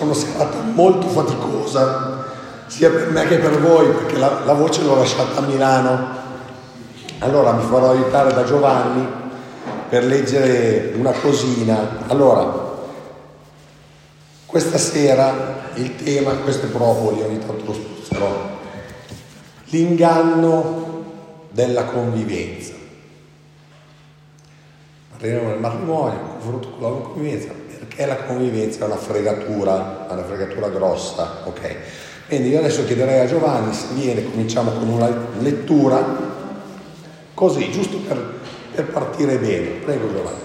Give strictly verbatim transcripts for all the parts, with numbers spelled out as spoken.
una serata molto faticosa, sia per me che per voi, perché la, la voce l'ho lasciata a Milano. Allora mi farò aiutare da Giovanni per leggere una cosina. Allora, questa sera il tema, questo è Propoli, ogni tanto lo sposterò, l'inganno della convivenza. Parleremo del matrimonio, confronto con la convivenza, perché la convivenza è una fregatura, una fregatura grossa, ok? Quindi io adesso chiederei a Giovanni se viene, cominciamo con una lettura, così, giusto per, per partire bene. Prego Giovanni.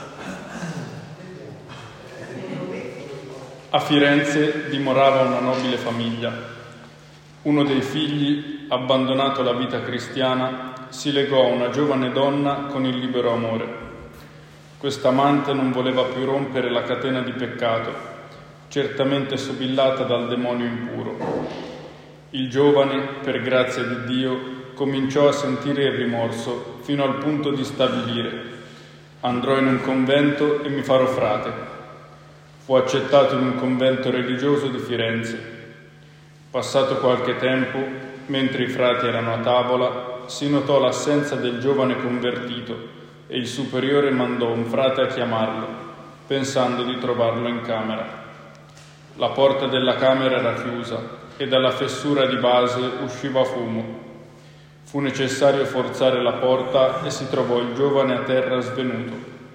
A Firenze dimorava una nobile famiglia. Uno dei figli, abbandonato la vita cristiana, si legò a una giovane donna con il libero amore. Quest'amante non voleva più rompere la catena di peccato, certamente sobillata dal demonio impuro. Il giovane, per grazia di Dio, cominciò a sentire il rimorso fino al punto di stabilire: andrò in un convento e mi farò frate. Fu accettato in un convento religioso di Firenze. Passato qualche tempo, mentre i frati erano a tavola, si notò l'assenza del giovane convertito e il superiore mandò un frate a chiamarlo, pensando di trovarlo in camera. La porta della camera era chiusa e dalla fessura di base usciva fumo. Fu necessario forzare la porta e si trovò il giovane a terra svenuto.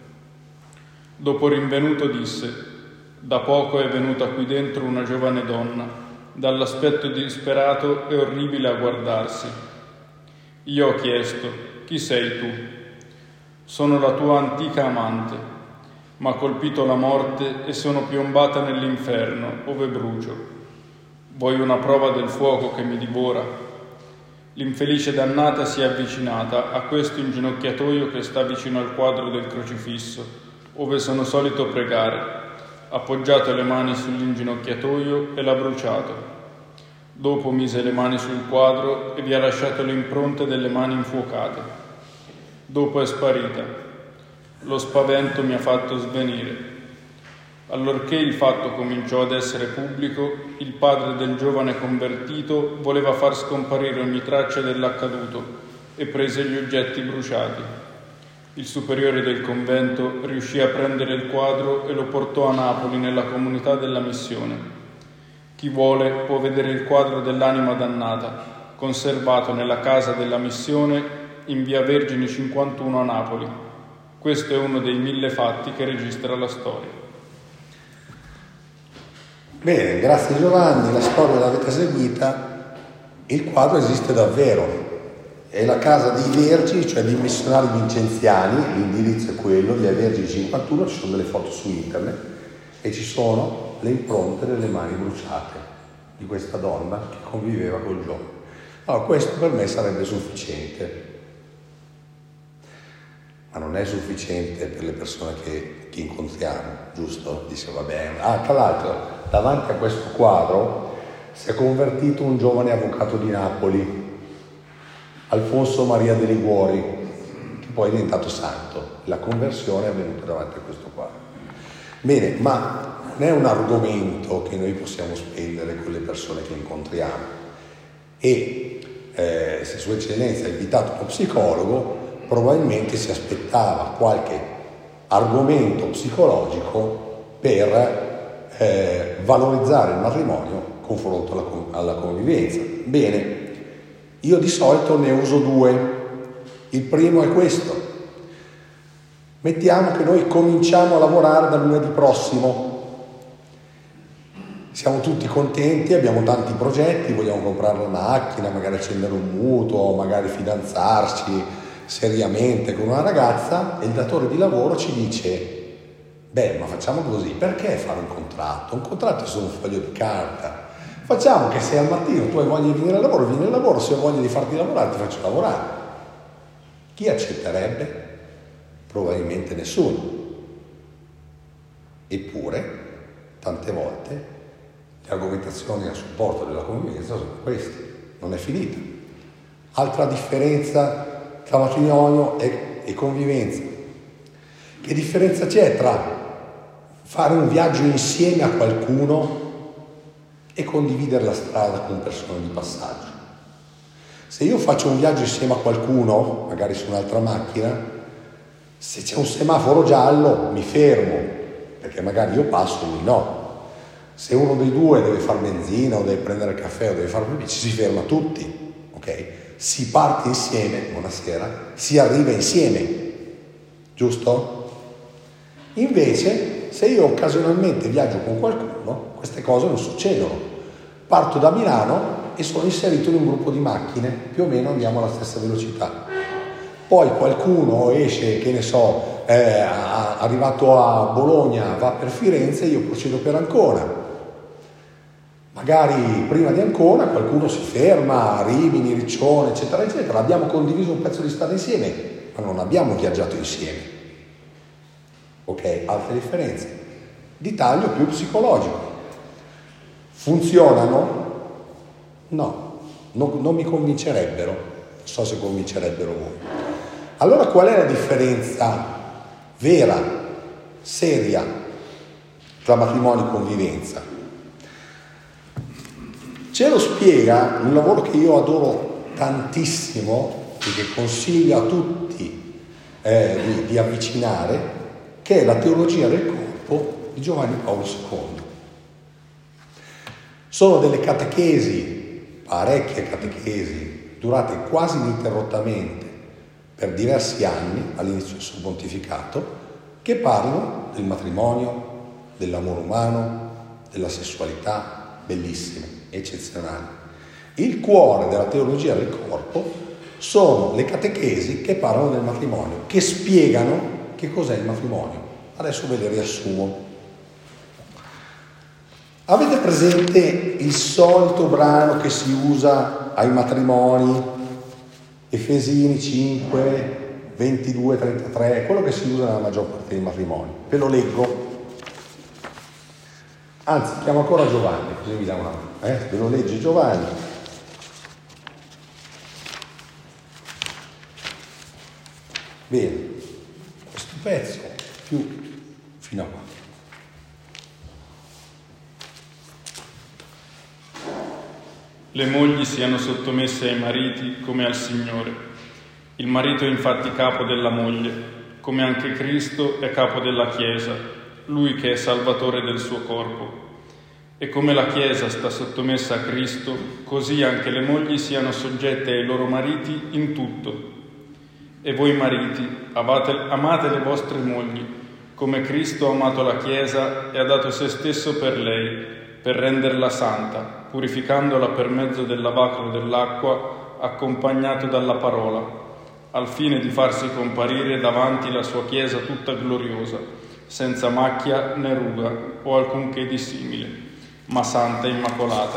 Dopo rinvenuto disse: da poco è venuta qui dentro una giovane donna, dall'aspetto disperato e orribile a guardarsi. Io ho chiesto: chi sei tu? Sono la tua antica amante. M'ha colpito la morte e sono piombata nell'inferno, ove brucio. Vuoi una prova del fuoco che mi divora? L'infelice dannata si è avvicinata a questo inginocchiatoio che sta vicino al quadro del crocifisso, ove sono solito pregare. Appoggiato le mani sull'inginocchiatoio e l'ha bruciato. Dopo mise le mani sul quadro e vi ha lasciato le impronte delle mani infuocate. Dopo è sparita. Lo spavento mi ha fatto svenire. Allorché il fatto cominciò ad essere pubblico, il padre del giovane convertito voleva far scomparire ogni traccia dell'accaduto e prese gli oggetti bruciati. Il superiore del convento riuscì a prendere il quadro e lo portò a Napoli nella comunità della missione. Chi vuole può vedere il quadro dell'anima dannata, conservato nella casa della missione in via Vergini cinquantuno a Napoli. Questo è uno dei mille fatti che registra la storia. Bene, grazie Giovanni, la storia l'avete seguita. Il quadro esiste davvero. È la casa dei Vergini, cioè dei missionari vincenziani, l'indirizzo è quello, via Vergini cinquantuno, ci sono delle foto su internet e ci sono le impronte delle mani bruciate di questa donna che conviveva col giovane. Allora, questo per me sarebbe sufficiente, ma non è sufficiente per le persone che, che incontriamo, giusto? Dice, vabbè, ah, tra l'altro, davanti a questo quadro si è convertito un giovane avvocato di Napoli, Alfonso Maria de Liguori, che poi è diventato santo. La conversione è avvenuta davanti a questo quadro. Bene, ma non è un argomento che noi possiamo spendere con le persone che incontriamo. E eh, se Sua Eccellenza ha invitato uno psicologo, probabilmente si aspettava qualche argomento psicologico per eh, valorizzare il matrimonio confronto alla, alla convivenza. Bene. Io di solito ne uso due. Il primo è questo. Mettiamo che noi cominciamo a lavorare dal lunedì prossimo. Siamo tutti contenti, abbiamo tanti progetti, vogliamo comprare una macchina, magari accendere un mutuo, magari fidanzarci seriamente con una ragazza e il datore di lavoro ci dice: beh, ma facciamo così, perché fare un contratto? Un contratto è solo un foglio di carta. Facciamo che se al mattino tu hai voglia di venire al lavoro, vieni al lavoro, se hai voglia di farti lavorare, ti faccio lavorare. Chi accetterebbe? Probabilmente nessuno. Eppure, tante volte, le argomentazioni a supporto della convivenza sono queste. Non è finita. Altra differenza tra matrimonio e, e convivenza. Che differenza c'è tra fare un viaggio insieme a qualcuno e condividere la strada con persone di passaggio. Se io faccio un viaggio insieme a qualcuno, magari su un'altra macchina, se c'è un semaforo giallo mi fermo, perché magari io passo, lui no. Se uno dei due deve fare benzina o deve prendere il caffè o deve fare pipì, ci si ferma tutti, ok? Si parte insieme, buonasera, si arriva insieme, giusto? Invece, se io occasionalmente viaggio con qualcuno, queste cose non succedono. Parto da Milano e sono inserito in un gruppo di macchine, più o meno andiamo alla stessa velocità. Poi qualcuno esce, che ne so, è arrivato a Bologna, va per Firenze, io procedo per Ancona. Magari prima di Ancona qualcuno si ferma a Rimini, Riccione, eccetera, eccetera. Abbiamo condiviso un pezzo di strada insieme, ma non abbiamo viaggiato insieme. Ok? Altre differenze. Di taglio più psicologico. Funzionano? No, non, non mi convincerebbero. Non so se convincerebbero voi. Allora qual è la differenza vera, seria, tra matrimonio e convivenza? Ce lo spiega un lavoro che io adoro tantissimo e che consiglio a tutti eh, di, di avvicinare, che è la teologia del corpo di Giovanni Paolo secondo. Sono delle catechesi, parecchie catechesi, durate quasi ininterrottamente per diversi anni all'inizio del suo pontificato, che parlano del matrimonio, dell'amore umano, della sessualità, bellissime, eccezionali. Il cuore della teologia del corpo sono le catechesi che parlano del matrimonio, che spiegano che cos'è il matrimonio. Adesso ve le riassumo. Avete presente il solito brano che si usa ai matrimoni? Efesini cinque, ventidue, trentatré, è quello che si usa nella maggior parte dei matrimoni. Ve lo leggo. Anzi, chiamo ancora Giovanni, così vi dà una mano. Eh? Ve lo legge Giovanni. Bene, questo pezzo più fino a qua. Le mogli siano sottomesse ai mariti come al Signore. Il marito è infatti capo della moglie, come anche Cristo è capo della Chiesa, lui che è salvatore del suo corpo. E come la Chiesa sta sottomessa a Cristo, così anche le mogli siano soggette ai loro mariti in tutto. E voi mariti, amate, amate le vostre mogli, come Cristo ha amato la Chiesa e ha dato se stesso per lei, per renderla santa, purificandola per mezzo del lavacro dell'acqua, accompagnato dalla parola, al fine di farsi comparire davanti la sua Chiesa tutta gloriosa, senza macchia né ruga o alcunché di simile, ma santa e immacolata.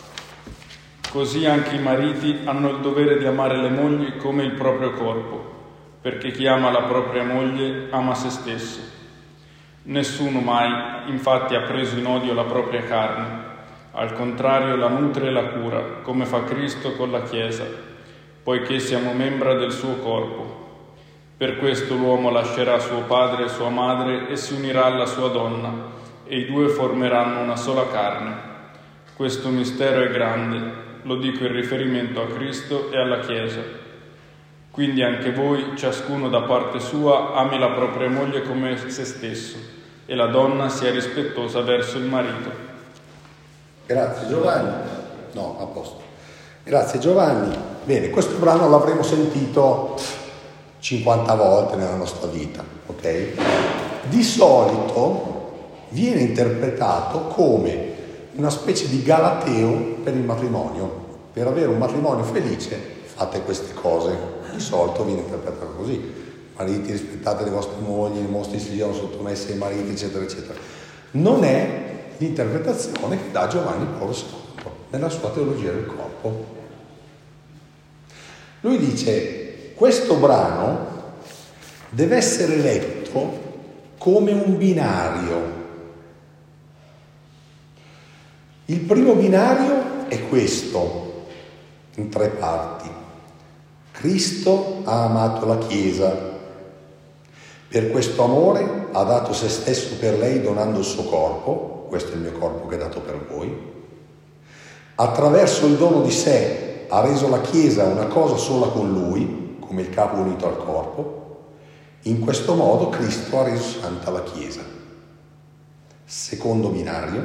Così anche i mariti hanno il dovere di amare le mogli come il proprio corpo, perché chi ama la propria moglie ama se stesso. Nessuno mai, infatti, ha preso in odio la propria carne, al contrario la nutre e la cura, come fa Cristo con la Chiesa, poiché siamo membra del suo corpo. Per questo l'uomo lascerà suo padre e sua madre e si unirà alla sua donna, e i due formeranno una sola carne. Questo mistero è grande, lo dico in riferimento a Cristo e alla Chiesa. Quindi anche voi, ciascuno da parte sua, ami la propria moglie come se stesso, e la donna sia rispettosa verso il marito. Grazie Giovanni. No, a posto. Grazie Giovanni. Bene, questo brano l'avremo sentito cinquanta volte nella nostra vita, ok? Di solito viene interpretato come una specie di galateo per il matrimonio. Per avere un matrimonio felice fate queste cose. Di solito viene interpretato così: mariti, rispettate le vostre mogli, le mostri siano sottomesse ai mariti, eccetera eccetera. Non è l'interpretazione che dà Giovanni Paolo secondo nella sua teologia del corpo. Lui dice: questo brano deve essere letto come un binario. Il primo binario è questo, in tre parti. Cristo ha amato la Chiesa, per questo amore ha dato se stesso per lei donando il suo corpo, questo è il mio corpo che è dato per voi. attraverso il dono di sé ha reso la Chiesa una cosa sola con Lui, come il capo unito al corpo. In questo modo Cristo ha reso santa la Chiesa. Secondo binario: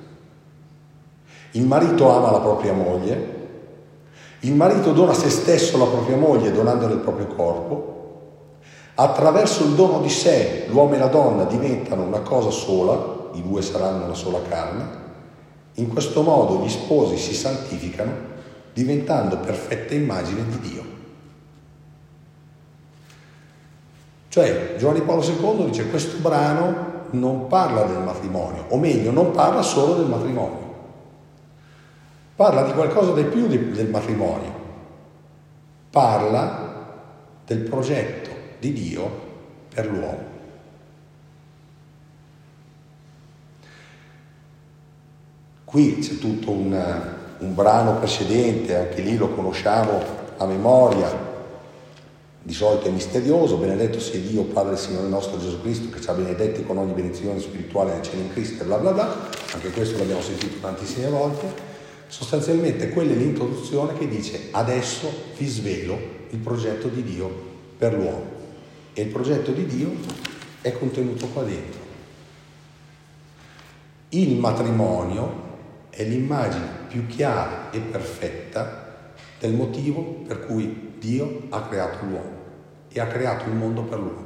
il marito ama la propria moglie, il marito dona se stesso alla propria moglie donandole il proprio corpo. Attraverso il dono di sé l'uomo e la donna diventano una cosa sola, i due saranno una sola carne. In questo modo gli sposi si santificano diventando perfetta immagine di Dio. Cioè Giovanni Paolo secondo dice: questo brano non parla del matrimonio, o meglio non parla solo del matrimonio, parla di qualcosa di più del matrimonio, parla del progetto di Dio per l'uomo. Qui c'è tutto un, un brano precedente, anche lì lo conosciamo a memoria, di solito è misterioso: benedetto sia Dio, Padre e Signore nostro Gesù Cristo, che ci ha benedetti con ogni benedizione spirituale nel cielo in Cristo, e bla bla bla. Anche questo l'abbiamo sentito tantissime volte. Sostanzialmente quella è l'introduzione che dice: adesso vi svelo il progetto di Dio per l'uomo. E il progetto di Dio è contenuto qua dentro. Il matrimonio è l'immagine più chiara e perfetta del motivo per cui Dio ha creato l'uomo e ha creato il mondo per l'uomo.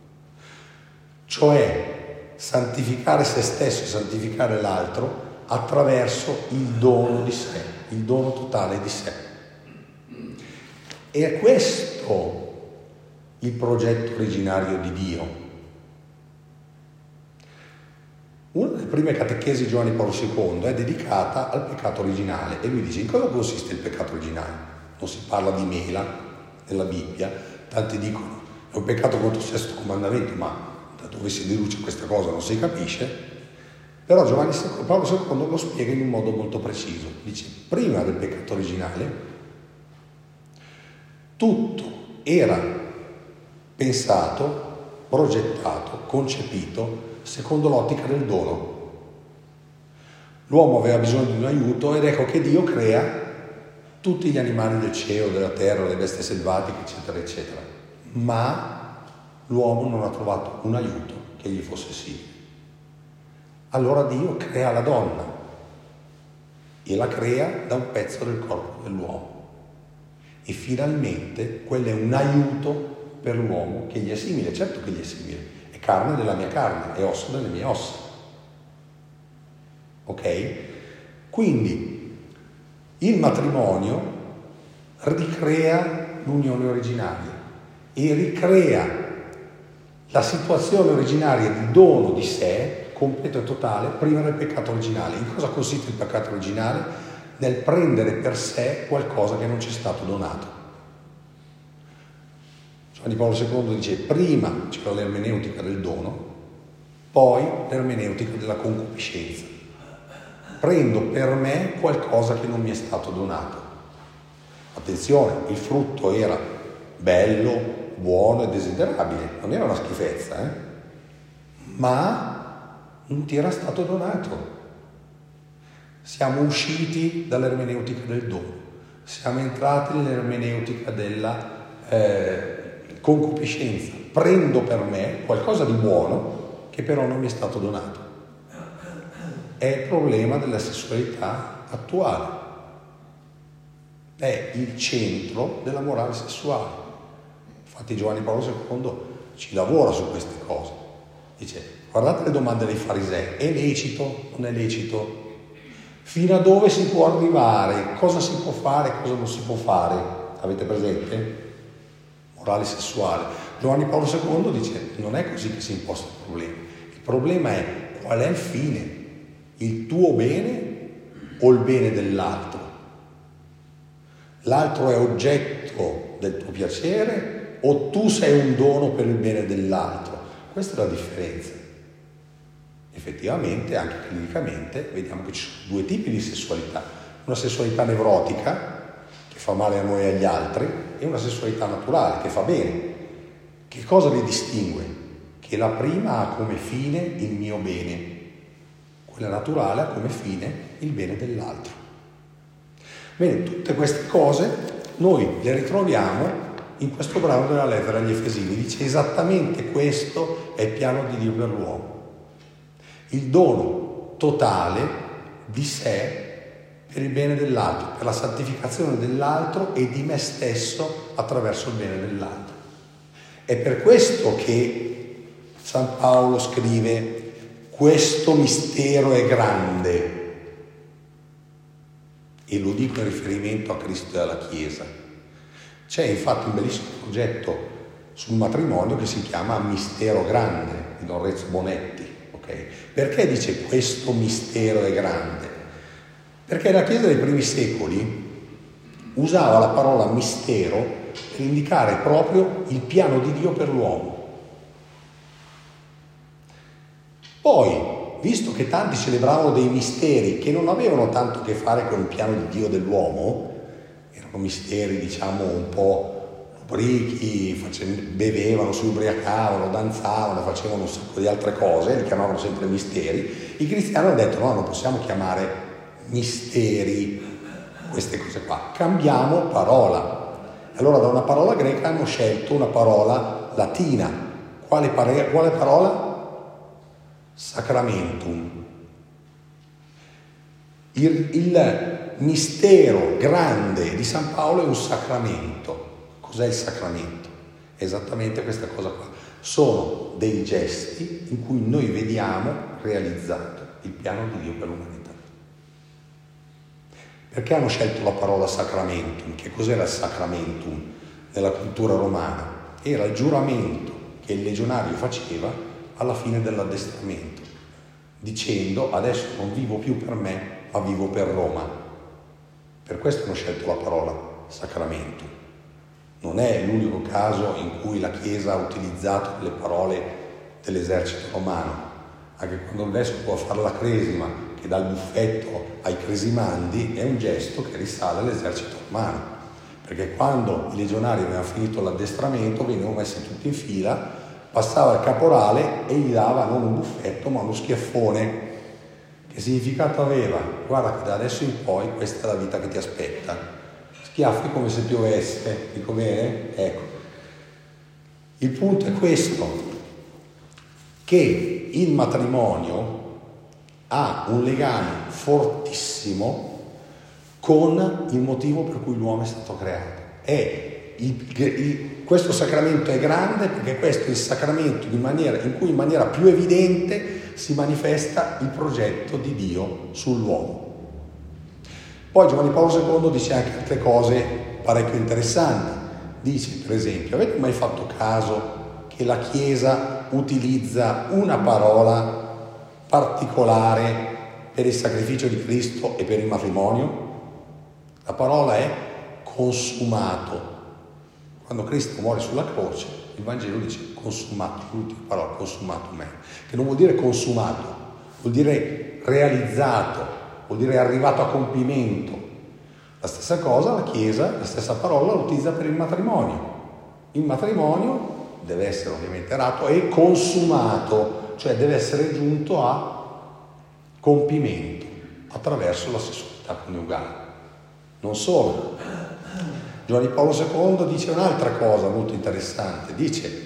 Cioè santificare se stesso e santificare l'altro attraverso il dono di sé, il dono totale di sé. E è questo il progetto originario di Dio. Una delle prime catechesi di Giovanni Paolo secondo è dedicata al peccato originale, e lui dice: in cosa consiste il peccato originale? Non si parla di mela nella Bibbia, tanti dicono è un peccato contro il sesto comandamento, ma da dove si deduce questa cosa non si capisce. Però Giovanni Paolo secondo lo spiega in un modo molto preciso. Dice: prima del peccato originale tutto era pensato, progettato, concepito secondo l'ottica del dono. L'uomo aveva bisogno di un aiuto, ed ecco che Dio crea tutti gli animali del cielo, della terra, le bestie selvatiche, eccetera, eccetera. Ma l'uomo non ha trovato un aiuto che gli fosse simile. Allora Dio crea la donna e la crea da un pezzo del corpo dell'uomo. E finalmente quello è un aiuto per l'uomo che gli è simile. Certo che gli è simile, è carne della mia carne, è osso delle mie ossa. Ok? Quindi il matrimonio ricrea l'unione originaria e ricrea la situazione originaria di dono di sé completo e totale prima del peccato originale. In cosa consiste il peccato originale? Nel prendere per sé qualcosa che non ci è stato donato. Giovanni Paolo secondo dice: prima c'era l'ermeneutica del dono, poi l'ermeneutica della concupiscenza. Prendo per me qualcosa che non mi è stato donato. Attenzione, il frutto era bello, buono e desiderabile, non era una schifezza, eh? Ma non ti era stato donato. Siamo usciti dall'ermeneutica del dono, siamo entrati nell'ermeneutica della eh, concupiscenza. Prendo per me qualcosa di buono che però non mi è stato donato. È il problema della sessualità attuale, è il centro della morale sessuale. Infatti Giovanni Paolo secondo ci lavora su queste cose. Dice: guardate le domande dei farisei: è lecito? Non è lecito? Fino a dove si può arrivare? Cosa si può fare? Cosa non si può fare? Avete presente? Morale sessuale. Giovanni Paolo secondo dice: non è così che si imposta il problema. Il problema è: qual è il fine? Il tuo bene o il bene dell'altro? L'altro è oggetto del tuo piacere o tu sei un dono per il bene dell'altro? Questa è la differenza. Effettivamente, anche clinicamente, vediamo che ci sono due tipi di sessualità: una sessualità nevrotica che fa male a noi e agli altri, e una sessualità naturale che fa bene. Che cosa li distingue? Che la prima ha come fine il mio bene, quella naturale ha come fine il bene dell'altro. Bene, tutte queste cose noi le ritroviamo in questo brano della lettera agli Efesini. Dice esattamente questo è il piano di Dio per l'uomo. Il dono totale di sé per il bene dell'altro, per la santificazione dell'altro e di me stesso attraverso il bene dell'altro. È per questo che San Paolo scrive: questo mistero è grande, e lo dico in riferimento a Cristo e alla Chiesa. C'è infatti un bellissimo progetto sul matrimonio che si chiama Mistero Grande di Don Renzo Bonetti. Okay? Perché dice questo mistero è grande? Perché la Chiesa dei primi secoli usava la parola mistero per indicare proprio il piano di Dio per l'uomo. Poi, visto che tanti celebravano dei misteri che non avevano tanto a che fare con il piano di Dio dell'uomo, erano misteri, diciamo, un po' lubrichi, bevevano, si ubriacavano, danzavano, facevano un sacco di altre cose, li chiamavano sempre misteri, i cristiani hanno detto no, non possiamo chiamare misteri queste cose qua, cambiamo parola. Allora da una parola greca hanno scelto una parola latina. Quale, pare- quale parola? Sacramentum. Il, il mistero grande di San Paolo è un sacramento. Cos'è il sacramento? È esattamente questa cosa qua. Sono dei gesti in cui noi vediamo realizzato il piano di Dio per l'umanità. Perché hanno scelto la parola sacramentum? Che cos'era il sacramentum nella cultura romana? Era il giuramento che il legionario faceva alla fine dell'addestramento, dicendo adesso non vivo più per me, ma vivo per Roma. Per questo hanno scelto la parola sacramento. Non è l'unico caso in cui la Chiesa ha utilizzato le parole dell'esercito romano. Anche quando il vescovo va a fare la cresima, che dà il buffetto ai cresimandi, è un gesto che risale all'esercito romano. Perché quando i legionari avevano finito l'addestramento, venivano messi tutti in fila, passava il caporale e gli dava non un buffetto ma uno schiaffone. Che significato aveva? Guarda che da adesso in poi questa è la vita che ti aspetta. Schiaffi come se piovesse, dico bene? Ecco. Il punto è questo, che il matrimonio ha un legame fortissimo con il motivo per cui l'uomo è stato creato. È Il, il, questo sacramento è grande perché questo è il sacramento in, maniera, in cui in maniera più evidente si manifesta il progetto di Dio sull'uomo. Poi Giovanni Paolo secondo dice anche altre cose parecchio interessanti. Dice, per esempio, avete mai fatto caso che la Chiesa utilizza una parola particolare per il sacrificio di Cristo e per il matrimonio? La parola è consumato. Quando Cristo muore sulla croce, il Vangelo dice consumato, l'ultima parola, consumatum è, che non vuol dire consumato, vuol dire realizzato, vuol dire arrivato a compimento. La stessa cosa la Chiesa, la stessa parola la utilizza per il matrimonio. Il matrimonio deve essere ovviamente ratto e consumato, cioè deve essere giunto a compimento attraverso la sessualità coniugale. Non solo. Giovanni Paolo secondo dice un'altra cosa molto interessante, dice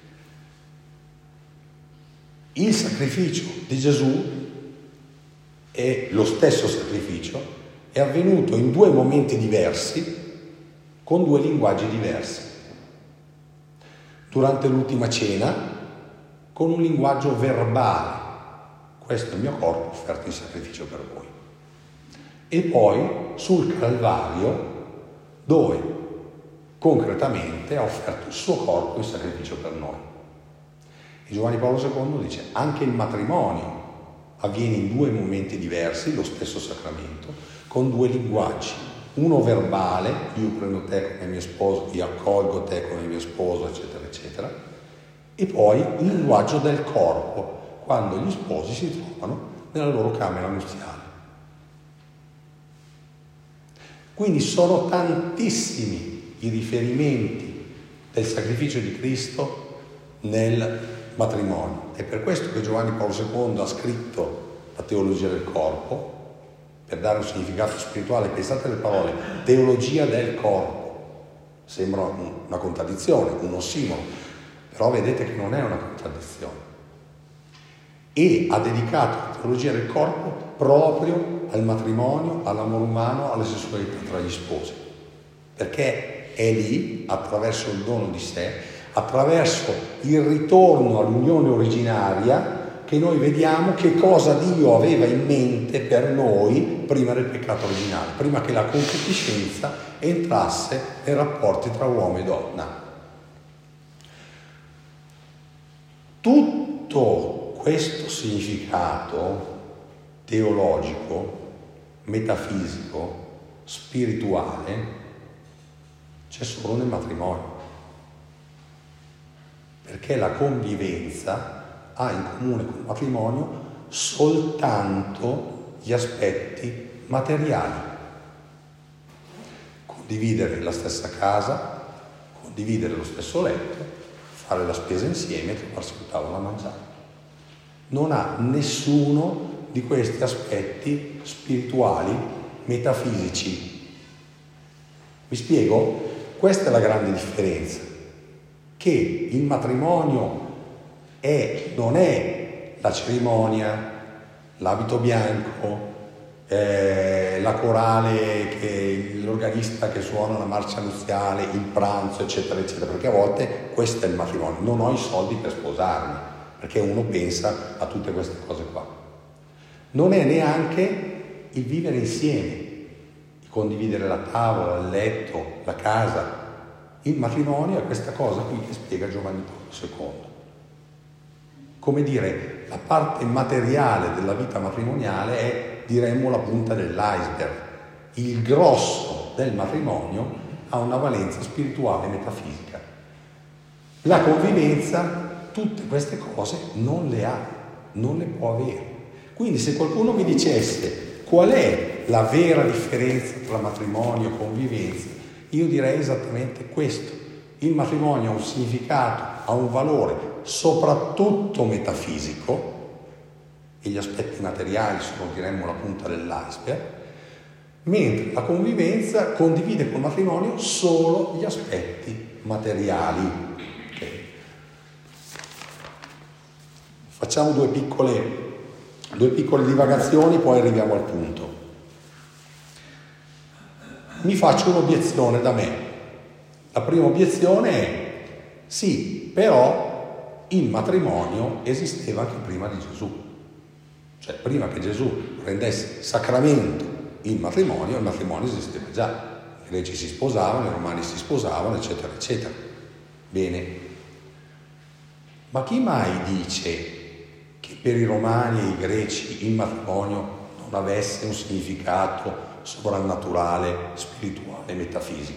il sacrificio di Gesù è lo stesso sacrificio, è avvenuto in due momenti diversi, con due linguaggi diversi. Durante l'ultima cena, con un linguaggio verbale, questo è il mio corpo offerto in sacrificio per voi. E poi sul Calvario, dove concretamente ha offerto il suo corpo in sacrificio per noi. E Giovanni Paolo secondo dice anche il matrimonio avviene in due momenti diversi, lo stesso sacramento, con due linguaggi, uno verbale, io prendo te come mio sposo, io accolgo te come mio sposo, eccetera, eccetera, e poi il linguaggio del corpo, quando gli sposi si trovano nella loro camera nuziale. Quindi sono tantissimi i riferimenti del sacrificio di Cristo nel matrimonio. È per questo che Giovanni Paolo secondo ha scritto la teologia del corpo, per dare un significato spirituale. Pensate alle parole teologia del corpo, sembra una contraddizione, un ossimoro, però vedete che non è una contraddizione, e ha dedicato la teologia del corpo proprio al matrimonio, all'amore umano, alla sessualità tra gli sposi, perché è lì, attraverso il dono di sé, attraverso il ritorno all'unione originaria, che noi vediamo che cosa Dio aveva in mente per noi prima del peccato originale, prima che la concupiscenza entrasse nei rapporti tra uomo e donna. Tutto questo significato teologico, metafisico, spirituale c'è solo nel matrimonio, perché la convivenza ha in comune con il matrimonio soltanto gli aspetti materiali: condividere la stessa casa, condividere lo stesso letto, fare la spesa insieme, trovarsi un tavolo a mangiare. Non ha nessuno di questi aspetti spirituali, metafisici. Mi spiego? Questa è la grande differenza, che il matrimonio è, non è la cerimonia, l'abito bianco, eh, la corale, che, l'organista che suona la marcia nuziale, il pranzo, eccetera, eccetera, perché a volte questo è il matrimonio. Non ho i soldi per sposarmi, perché uno pensa a tutte queste cose qua. Non è neanche il vivere insieme, il condividere la tavola, il letto, la casa. Il matrimonio è questa cosa qui che spiega Giovanni Paolo secondo. Come dire, la parte materiale della vita matrimoniale è, diremmo, la punta dell'iceberg. Il grosso del matrimonio ha una valenza spirituale e metafisica. La convivenza tutte queste cose non le ha, non le può avere. Quindi se qualcuno mi dicesse qual è la vera differenza tra matrimonio e convivenza, io direi esattamente questo. Il matrimonio ha un significato, ha un valore soprattutto metafisico, e gli aspetti materiali sono, diremmo, la punta dell'iceberg, mentre la convivenza condivide col matrimonio solo gli aspetti materiali. Okay. Facciamo due piccole, due piccole divagazioni, poi arriviamo al punto. Mi faccio un'obiezione da me. La prima obiezione è: sì, però il matrimonio esisteva anche prima di Gesù. Cioè, prima che Gesù rendesse sacramento il matrimonio, il matrimonio esisteva già. I greci si sposavano, i romani si sposavano, eccetera, eccetera. Bene. Ma chi mai dice che per i romani e i greci il matrimonio non avesse un significato soprannaturale, spirituale, metafisico?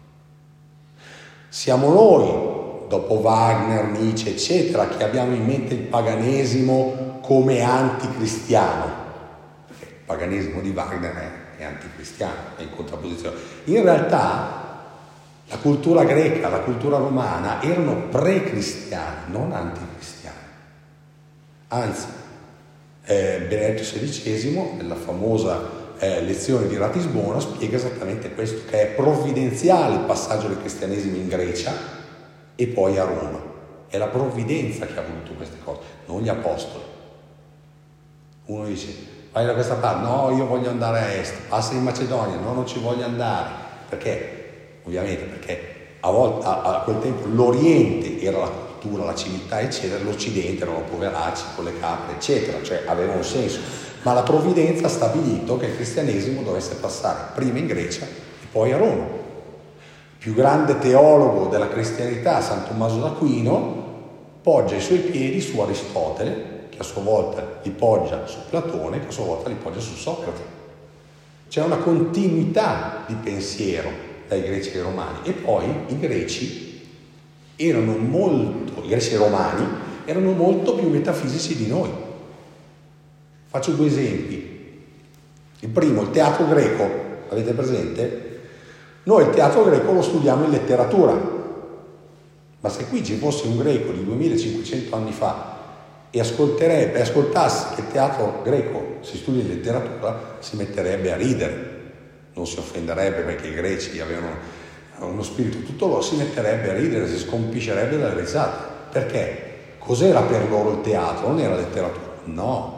Siamo noi, dopo Wagner, Nietzsche, eccetera, che abbiamo in mente il paganesimo come anticristiano. Perché il paganesimo di Wagner è, è anticristiano, è in contrapposizione. In realtà la cultura greca, la cultura romana erano pre-cristiani, non anticristiani. Anzi, eh, Benedetto sedicesimo, nella famosa eh, lezione di Ratisbona, spiega esattamente questo, che è provvidenziale il passaggio del cristianesimo in Grecia e poi a Roma. È la provvidenza che ha voluto queste cose, non gli apostoli. Uno dice: vai da questa parte, no, io voglio andare a est, passa in Macedonia, no, non ci voglio andare. Perché? Ovviamente perché a, volte, a, a quel tempo l'Oriente era la cultura, la civiltà, eccetera, l'Occidente erano poveracci con le capre, eccetera, cioè aveva un senso. Ma la provvidenza ha stabilito che il cristianesimo dovesse passare prima in Grecia e poi a Roma. Il più grande teologo della cristianità, San Tommaso d'Aquino, poggia i suoi piedi su Aristotele, che a sua volta li poggia su Platone, che a sua volta li poggia su Socrate. C'è una continuità di pensiero dai greci ai romani. E poi i greci erano molto, i greci romani erano molto più metafisici di noi. Faccio due esempi. Il primo, il teatro greco, avete presente? Noi il teatro greco lo studiamo in letteratura, ma se qui ci fosse un greco di duemilacinquecento anni fa e ascolterebbe, ascoltasse che il teatro greco si studia in letteratura, si metterebbe a ridere, non si offenderebbe perché i greci avevano uno spirito tutto loro, si metterebbe a ridere, si scompiscerebbe dalle risate. Perché? Cos'era per loro il teatro? Non era letteratura, no.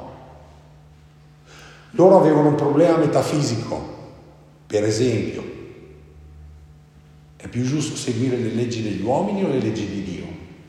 Loro avevano un problema metafisico, per esempio, è più giusto seguire le leggi degli uomini o le leggi di Dio?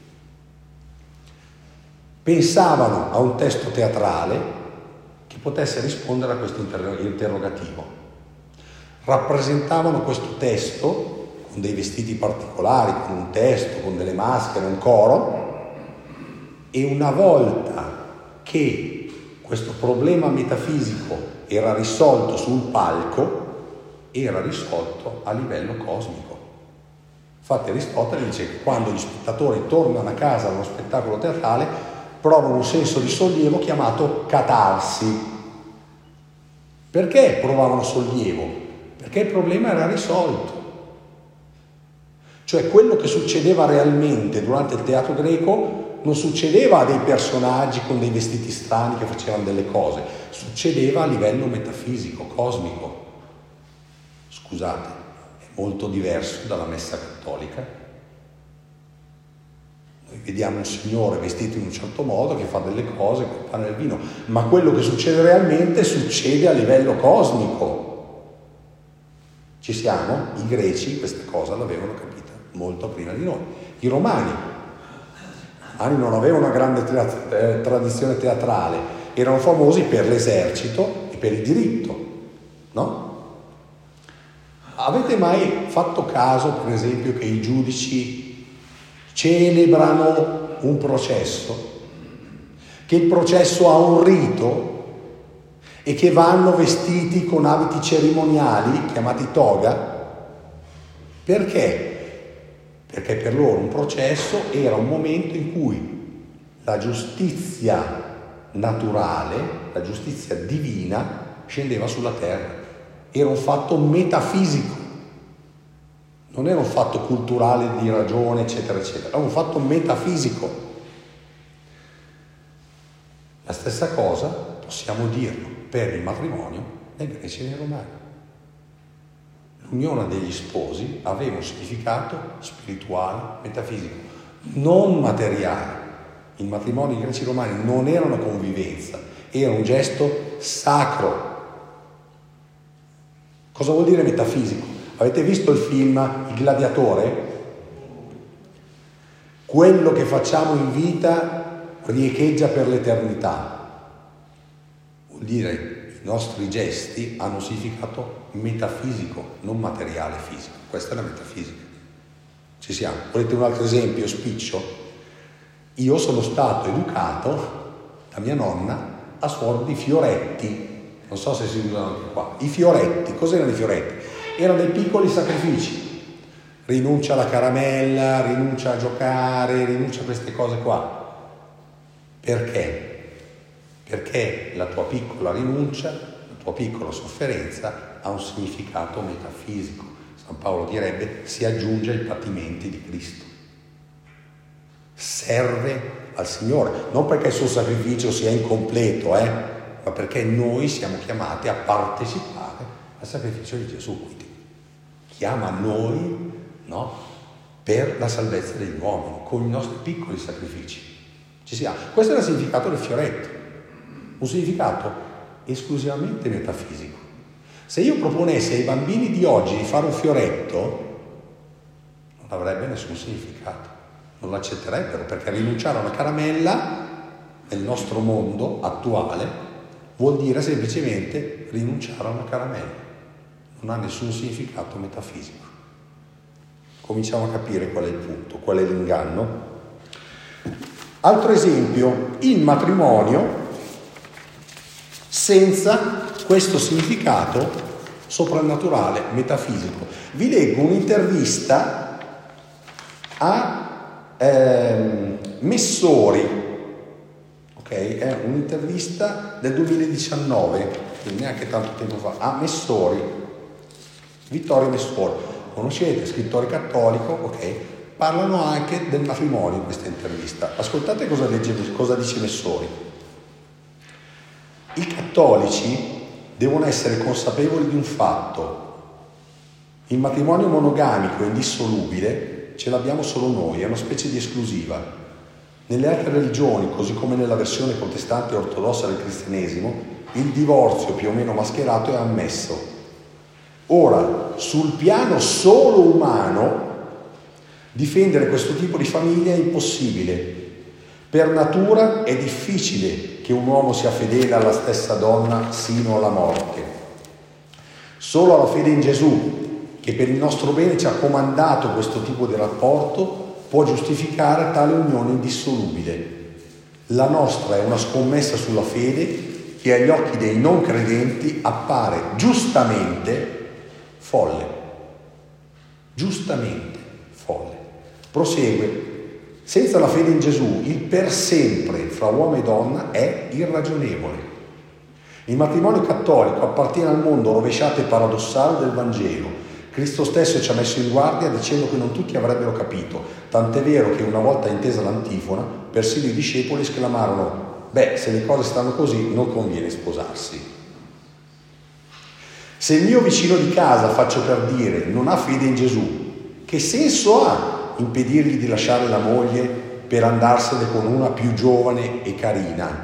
Pensavano a un testo teatrale che potesse rispondere a questo interrogativo. Rappresentavano questo testo con dei vestiti particolari, con un testo, con delle maschere, un coro, e una volta che questo problema metafisico era risolto sul palco, era risolto a livello cosmico. Infatti Aristotele dice che quando gli spettatori tornano a casa dallo spettacolo teatrale provano un senso di sollievo chiamato catarsi. Perché provavano sollievo? Perché il problema era risolto. Cioè quello che succedeva realmente durante il teatro greco non succedeva a dei personaggi con dei vestiti strani che facevano delle cose, succedeva a livello metafisico, cosmico. Scusate, è molto diverso dalla messa cattolica. Noi vediamo un signore vestito in un certo modo che fa delle cose col pane e il vino, ma quello che succede realmente succede a livello cosmico. Ci siamo? I greci questa cosa l'avevano capita molto prima di noi. I romani non avevano una grande tra- tradizione teatrale, erano famosi per l'esercito e per il diritto, no? Avete mai fatto caso, per esempio, che i giudici celebrano un processo, che il processo ha un rito e che vanno vestiti con abiti cerimoniali chiamati toga? Perché? Perché per loro un processo era un momento in cui la giustizia naturale, la giustizia divina, scendeva sulla terra. Era un fatto metafisico, non era un fatto culturale di ragione, eccetera, eccetera, era un fatto metafisico. La stessa cosa possiamo dirlo per il matrimonio nei greci e nei romani. L'unione degli sposi aveva un significato spirituale, metafisico, non materiale. I matrimoni greci e romani non era una convivenza, era un gesto sacro. Cosa vuol dire metafisico? Avete visto il film Il Gladiatore? Quello che facciamo in vita riecheggia per l'eternità. Vuol dire i nostri gesti hanno un significato metafisico, non materiale, fisico. Questa è la metafisica. Ci siamo. Volete un altro esempio spiccio? Io sono stato educato da mia nonna a suono di fioretti. Non so se si usano anche qua. I fioretti, cos'erano i fioretti? Erano dei piccoli sacrifici. Rinuncia alla caramella, rinuncia a giocare, rinuncia a queste cose qua. Perché? Perché la tua piccola rinuncia, la tua piccola sofferenza ha un significato metafisico. San Paolo direbbe: si aggiunge ai patimenti di Cristo. Serve al Signore, non perché il suo sacrificio sia incompleto, eh, ma perché noi siamo chiamati a partecipare al sacrificio di Gesù. Quindi chiama noi, no, per la salvezza degli uomini, con i nostri piccoli sacrifici. Ci siamo. Questo è il significato del fioretto, un significato esclusivamente metafisico. Se io proponessi ai bambini di oggi di fare un fioretto, non avrebbe nessun significato, non l'accetterebbero, perché rinunciare a una caramella nel nostro mondo attuale vuol dire semplicemente rinunciare a una caramella, non ha nessun significato metafisico. Cominciamo a capire qual è il punto, qual è l'inganno. Altro esempio, il matrimonio senza questo significato soprannaturale, metafisico. Vi leggo un'intervista a ehm, Messori, ok? È un'intervista del duemiladiciannove, quindi neanche tanto tempo fa, a Messori, Vittorio Messori. Conoscete, scrittore cattolico, ok? parlano anche del matrimonio in questa intervista. Ascoltate cosa, legge, cosa dice Messori. I cattolici devono essere consapevoli di un fatto: il matrimonio monogamico e indissolubile ce l'abbiamo solo noi, è una specie di esclusiva. Nelle altre religioni, così come nella versione protestante e ortodossa del cristianesimo, il divorzio più o meno mascherato è ammesso. Ora, sul piano solo umano, difendere questo tipo di famiglia è impossibile. Per natura è difficile che un uomo sia fedele alla stessa donna sino alla morte. Solo la fede in Gesù, che per il nostro bene ci ha comandato questo tipo di rapporto, può giustificare tale unione indissolubile. La nostra è una scommessa sulla fede che agli occhi dei non credenti appare giustamente folle. Giustamente folle. Prosegue. Senza la fede in Gesù, il per sempre fra uomo e donna è irragionevole. Il matrimonio cattolico appartiene al mondo rovesciato e paradossale del Vangelo. Cristo stesso ci ha messo in guardia dicendo che non tutti avrebbero capito, tant'è vero che una volta intesa l'antifona, persino i discepoli esclamarono: beh, se le cose stanno così non conviene sposarsi. Se il mio vicino di casa, faccio per dire, non ha fede in Gesù, che senso ha impedirgli di lasciare la moglie per andarsene con una più giovane e carina?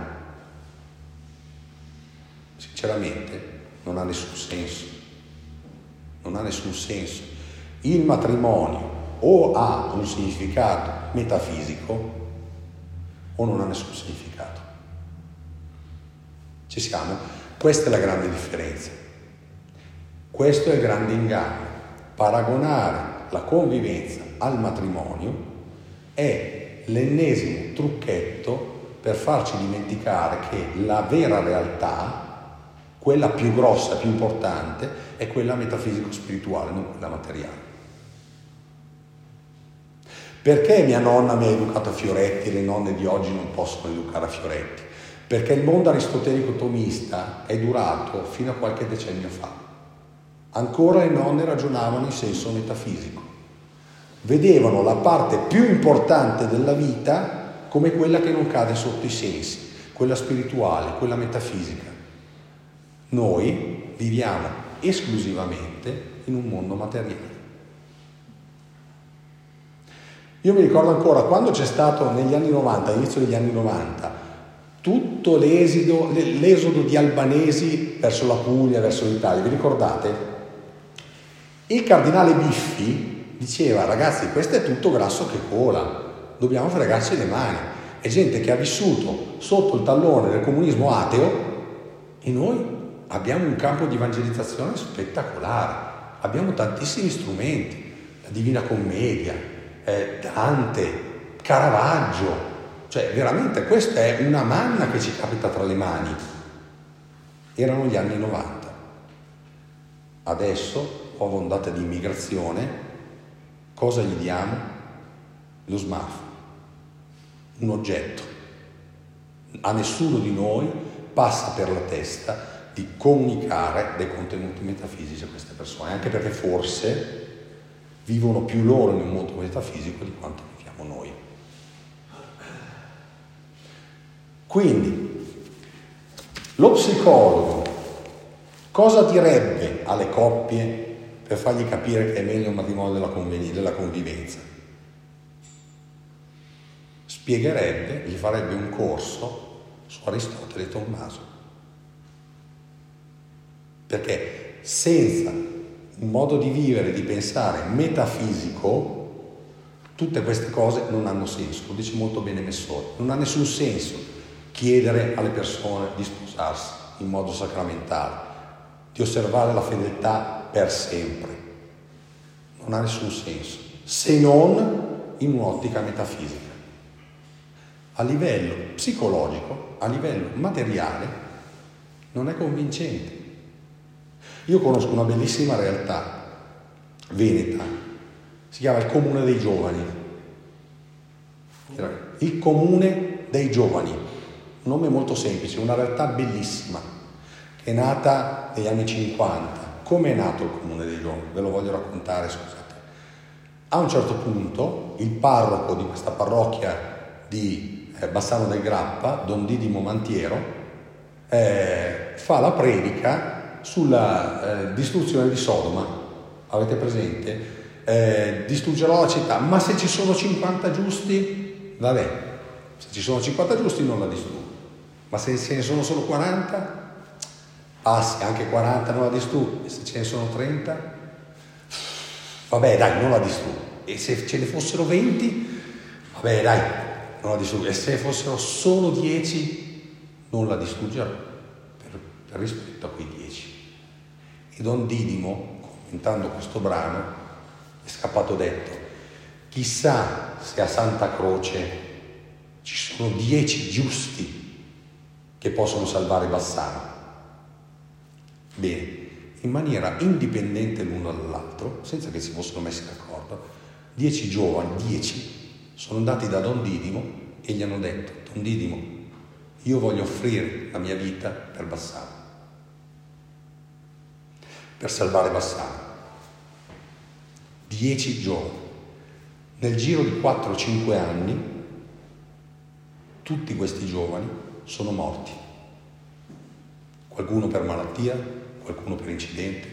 Sinceramente non ha nessun senso. Non ha nessun senso. Il matrimonio o ha un significato metafisico o non ha nessun significato. Ci siamo? Questa è la grande differenza. Questo è il grande inganno. Paragonare la convivenza al matrimonio è l'ennesimo trucchetto per farci dimenticare che la vera realtà, quella più grossa, più importante, è quella metafisico-spirituale, non quella materiale. Perché mia nonna mi ha educato a fioretti e le nonne di oggi non possono educare a fioretti? Perché il mondo aristotelico tomista è durato fino a qualche decennio fa. Ancora le nonne ragionavano in senso metafisico. Vedevano la parte più importante della vita come quella che non cade sotto i sensi, quella spirituale, quella metafisica. Noi viviamo esclusivamente in un mondo materiale. Io mi ricordo ancora quando c'è stato negli anni novanta, all'inizio degli anni novanta, tutto l'esodo, l'esodo di albanesi verso la Puglia, verso l'Italia, vi ricordate? Il cardinale Biffi diceva: ragazzi, questo è tutto grasso che cola, dobbiamo fregarci le mani. È gente che ha vissuto sotto il tallone del comunismo ateo e noi abbiamo un campo di evangelizzazione spettacolare, abbiamo tantissimi strumenti, la Divina Commedia, eh, Dante, Caravaggio, cioè veramente questa è una manna che ci capita tra le mani. Erano gli anni novanta. Adesso, nuova ondata di immigrazione, cosa gli diamo? Lo smartphone, un oggetto. A nessuno di noi passa per la testa di comunicare dei contenuti metafisici a queste persone, anche perché forse vivono più loro in un mondo metafisico di quanto viviamo noi. Quindi, lo psicologo cosa direbbe alle coppie per fargli capire che è meglio un matrimonio della, conven- della convivenza? Spiegherebbe, gli farebbe un corso su Aristotele e Tommaso. Perché senza un modo di vivere, di pensare metafisico, tutte queste cose non hanno senso. Lo dice molto bene Messori. Non ha nessun senso chiedere alle persone di sposarsi in modo sacramentale, di osservare la fedeltà per sempre. Non ha nessun senso, se non in un'ottica metafisica. A livello psicologico, a livello materiale, non è convincente. Io conosco una bellissima realtà veneta, si chiama il Comune dei Giovani. Il Comune dei Giovani, un nome molto semplice, una realtà bellissima, che è nata negli anni cinquanta. Come è nato il Comune dei Giovani? Ve lo voglio raccontare, scusate. A un certo punto il parroco di questa parrocchia di eh, Bassano del Grappa, Don Didimo Mantiero, eh, fa la predica sulla eh, distruzione di Sodoma. Avete presente? Eh, distruggerò la città, ma se ci sono cinquanta giusti, vabbè, se ci sono cinquanta giusti non la distruggo, ma se ce ne sono solo quaranta, passi, anche quaranta non la distruggo, e se ce ne sono trenta, vabbè dai, non la distruggo, e se ce ne fossero venti, vabbè dai, non la distruggo, e se fossero solo dieci, non la distruggerò, per, per rispetto a quei dieci. E Don Didimo, commentando questo brano, è scappato detto: chissà se a Santa Croce ci sono dieci giusti che possono salvare Bassano. Bene, in maniera indipendente l'uno dall'altro, senza che si fossero messi d'accordo, dieci giovani, dieci, sono andati da Don Didimo e gli hanno detto: Don Didimo, io voglio offrire la mia vita per Bassano, per salvare Bassano. Dieci giovani. Nel giro di quattro cinque anni tutti questi giovani sono morti. Qualcuno per malattia, qualcuno per incidente.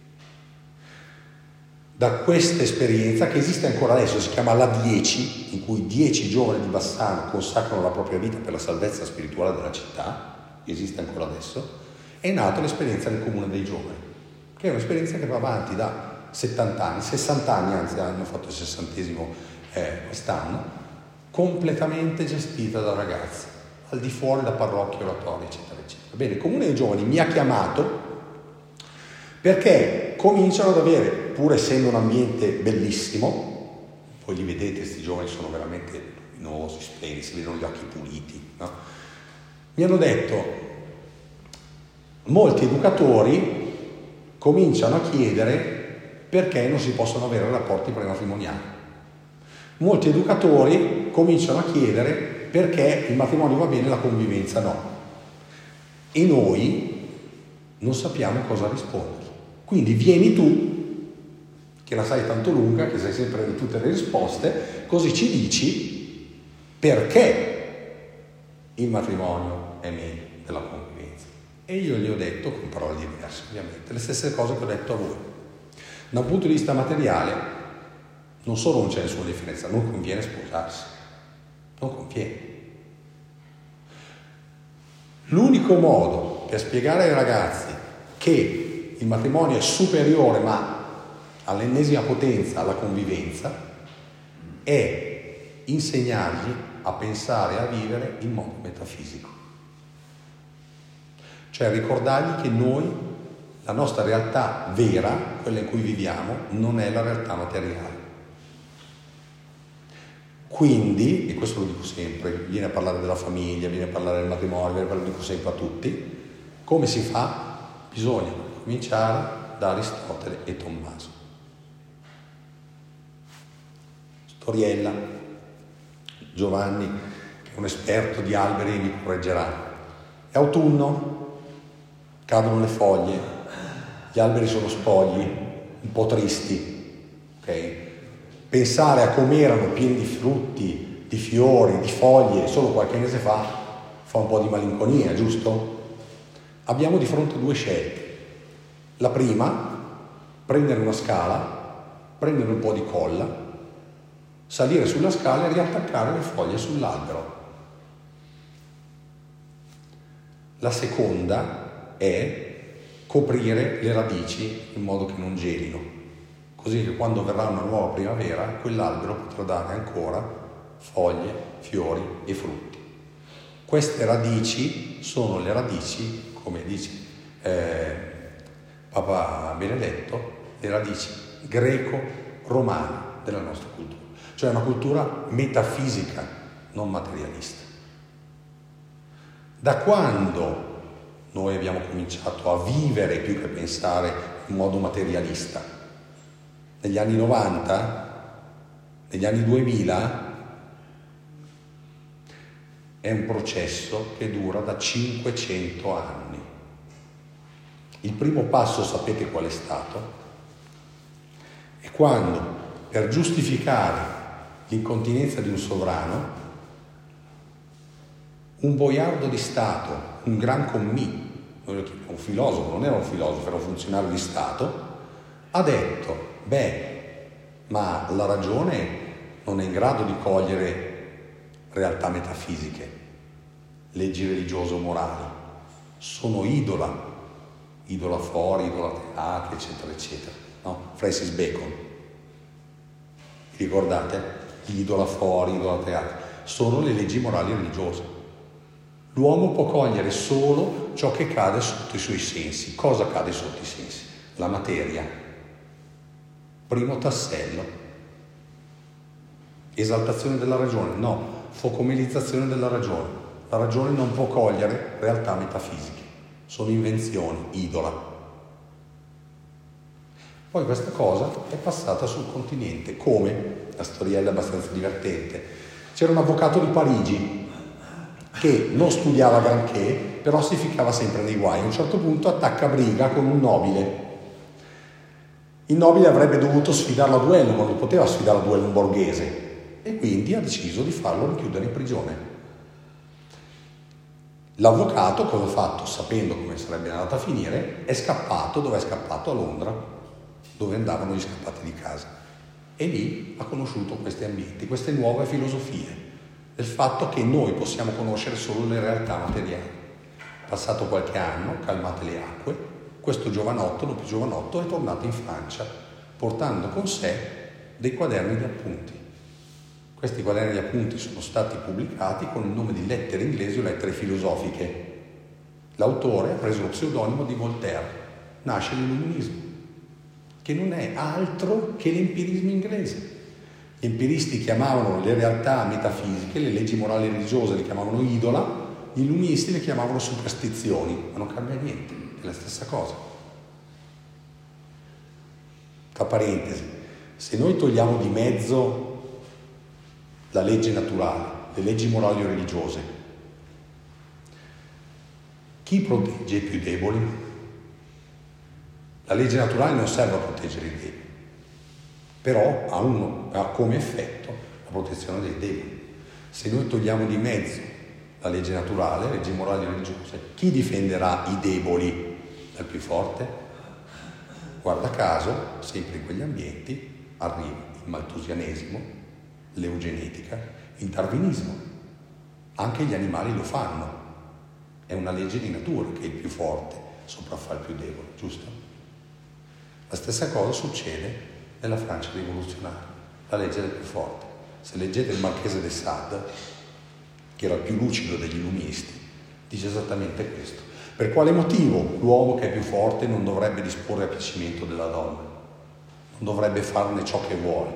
Da questa esperienza, che esiste ancora adesso, si chiama la dieci, in cui dieci giovani di Bassano consacrano la propria vita per la salvezza spirituale della città, che esiste ancora adesso, è nata l'esperienza del Comune dei Giovani, che è un'esperienza che va avanti da settanta anni, sessanta anni, anzi hanno fatto il sessantesimo eh, quest'anno, completamente gestita da ragazzi, al di fuori da parrocchie, oratori, eccetera, eccetera. Bene, il Comune dei Giovani mi ha chiamato perché cominciano ad avere, pur essendo un ambiente bellissimo, voi li vedete, questi giovani sono veramente luminosi, splendidi, si vedono gli occhi puliti, no? Mi hanno detto, molti educatori cominciano a chiedere perché non si possono avere rapporti prematrimoniali. Molti educatori cominciano a chiedere perché il matrimonio va bene e la convivenza no. E noi non sappiamo cosa rispondere. Quindi vieni tu, che la sai tanto lunga, che sai sempre di tutte le risposte, così ci dici perché il matrimonio è meglio della convivenza. E io gli ho detto, con parole diverse ovviamente, le stesse cose che ho detto a voi. Da un punto di vista materiale, non solo non c'è nessuna differenza, non conviene sposarsi, non conviene. L'unico modo per spiegare ai ragazzi che il matrimonio è superiore, ma all'ennesima potenza, alla convivenza, è insegnargli a pensare e a vivere in modo metafisico. Cioè ricordargli che noi, la nostra realtà vera, quella in cui viviamo, non è la realtà materiale. Quindi, e questo lo dico sempre, viene a parlare della famiglia, viene a parlare del matrimonio, viene a parlare, lo dico sempre a tutti, come si fa? Bisogna cominciare da Aristotele e Tommaso. Storiella, Giovanni, che è un esperto di alberi, mi correggerà. È autunno, cadono le foglie, gli alberi sono spogli, un po' tristi, ok? Pensare a come erano pieni di frutti, di fiori, di foglie, solo qualche mese fa, fa un po' di malinconia, giusto? Abbiamo di fronte due scelte. La prima, prendere una scala, prendere un po' di colla, salire sulla scala e riattaccare le foglie sull'albero. La seconda è coprire le radici in modo che non gelino, così che quando verrà una nuova primavera quell'albero potrà dare ancora foglie, fiori e frutti. Queste radici sono le radici, come dice eh, Papa Benedetto, le radici greco-romane della nostra cultura, cioè una cultura metafisica, non materialista. Da quando noi abbiamo cominciato a vivere più che pensare in modo materialista? Negli anni novanta? Negli anni duemila? È un processo che dura da cinquecento anni. Il primo passo sapete qual è stato? È quando, per giustificare l'incontinenza di un sovrano, un boiardo di Stato, un gran commì, un filosofo, non era un filosofo, era un funzionario di Stato, ha detto, beh, ma la ragione non è in grado di cogliere realtà metafisiche, leggi religiose-morali, sono idola, idola fuori, idola teatro, eccetera, eccetera, no? Francis Bacon, vi ricordate? Idola fuori, idola teatro, sono le leggi morali religiose. L'uomo può cogliere solo ciò che cade sotto i suoi sensi. Cosa cade sotto i sensi? La materia. Primo tassello. Esaltazione della ragione? No. Focomelizzazione della ragione. La ragione non può cogliere realtà metafisiche. Sono invenzioni, idola. Poi questa cosa è passata sul continente. Come? La storiella è abbastanza divertente. C'era un avvocato di Parigi che non studiava granché, però si ficcava sempre nei guai. A un certo punto attacca briga con un nobile. Il nobile avrebbe dovuto sfidarlo a duello, ma non poteva sfidare a duello un borghese, e quindi ha deciso di farlo richiudere in prigione. L'avvocato, cosa ha fatto? Sapendo come sarebbe andata a finire, è scappato. Dove è scappato? A Londra, dove andavano gli scappati di casa. E lì ha conosciuto questi ambienti, queste nuove filosofie, del fatto che noi possiamo conoscere solo le realtà materiali. Passato qualche anno, calmate le acque, questo giovanotto, non più giovanotto, è tornato in Francia, portando con sé dei quaderni di appunti. Questi quaderni di appunti sono stati pubblicati con il nome di lettere inglesi o lettere filosofiche. L'autore ha preso lo pseudonimo di Voltaire. Nasce l'illuminismo, che non è altro che l'empirismo inglese. Gli empiristi chiamavano le realtà metafisiche, le leggi morali religiose le chiamavano idola, gli illuministi le chiamavano superstizioni, ma non cambia niente, è la stessa cosa. Tra parentesi, se noi togliamo di mezzo la legge naturale, le leggi morali o religiose, chi protegge i più deboli? La legge naturale non serve a proteggere i deboli, però ha, uno, ha come effetto la protezione dei deboli. Se noi togliamo di mezzo la legge naturale, le leggi morali e religiose, chi difenderà i deboli dal più forte? Guarda caso, sempre in quegli ambienti, arriva il malthusianesimo, l'eugenetica, il darwinismo. Anche gli animali lo fanno. È una legge di natura che il più forte sopraffa il più debole, giusto? La stessa cosa succede nella Francia rivoluzionaria, la legge del più forte. Se leggete il Marchese de Sade, che era il più lucido degli illuministi, dice esattamente questo. Per quale motivo l'uomo che è più forte non dovrebbe disporre a piacimento della donna? Non dovrebbe farne ciò che vuole?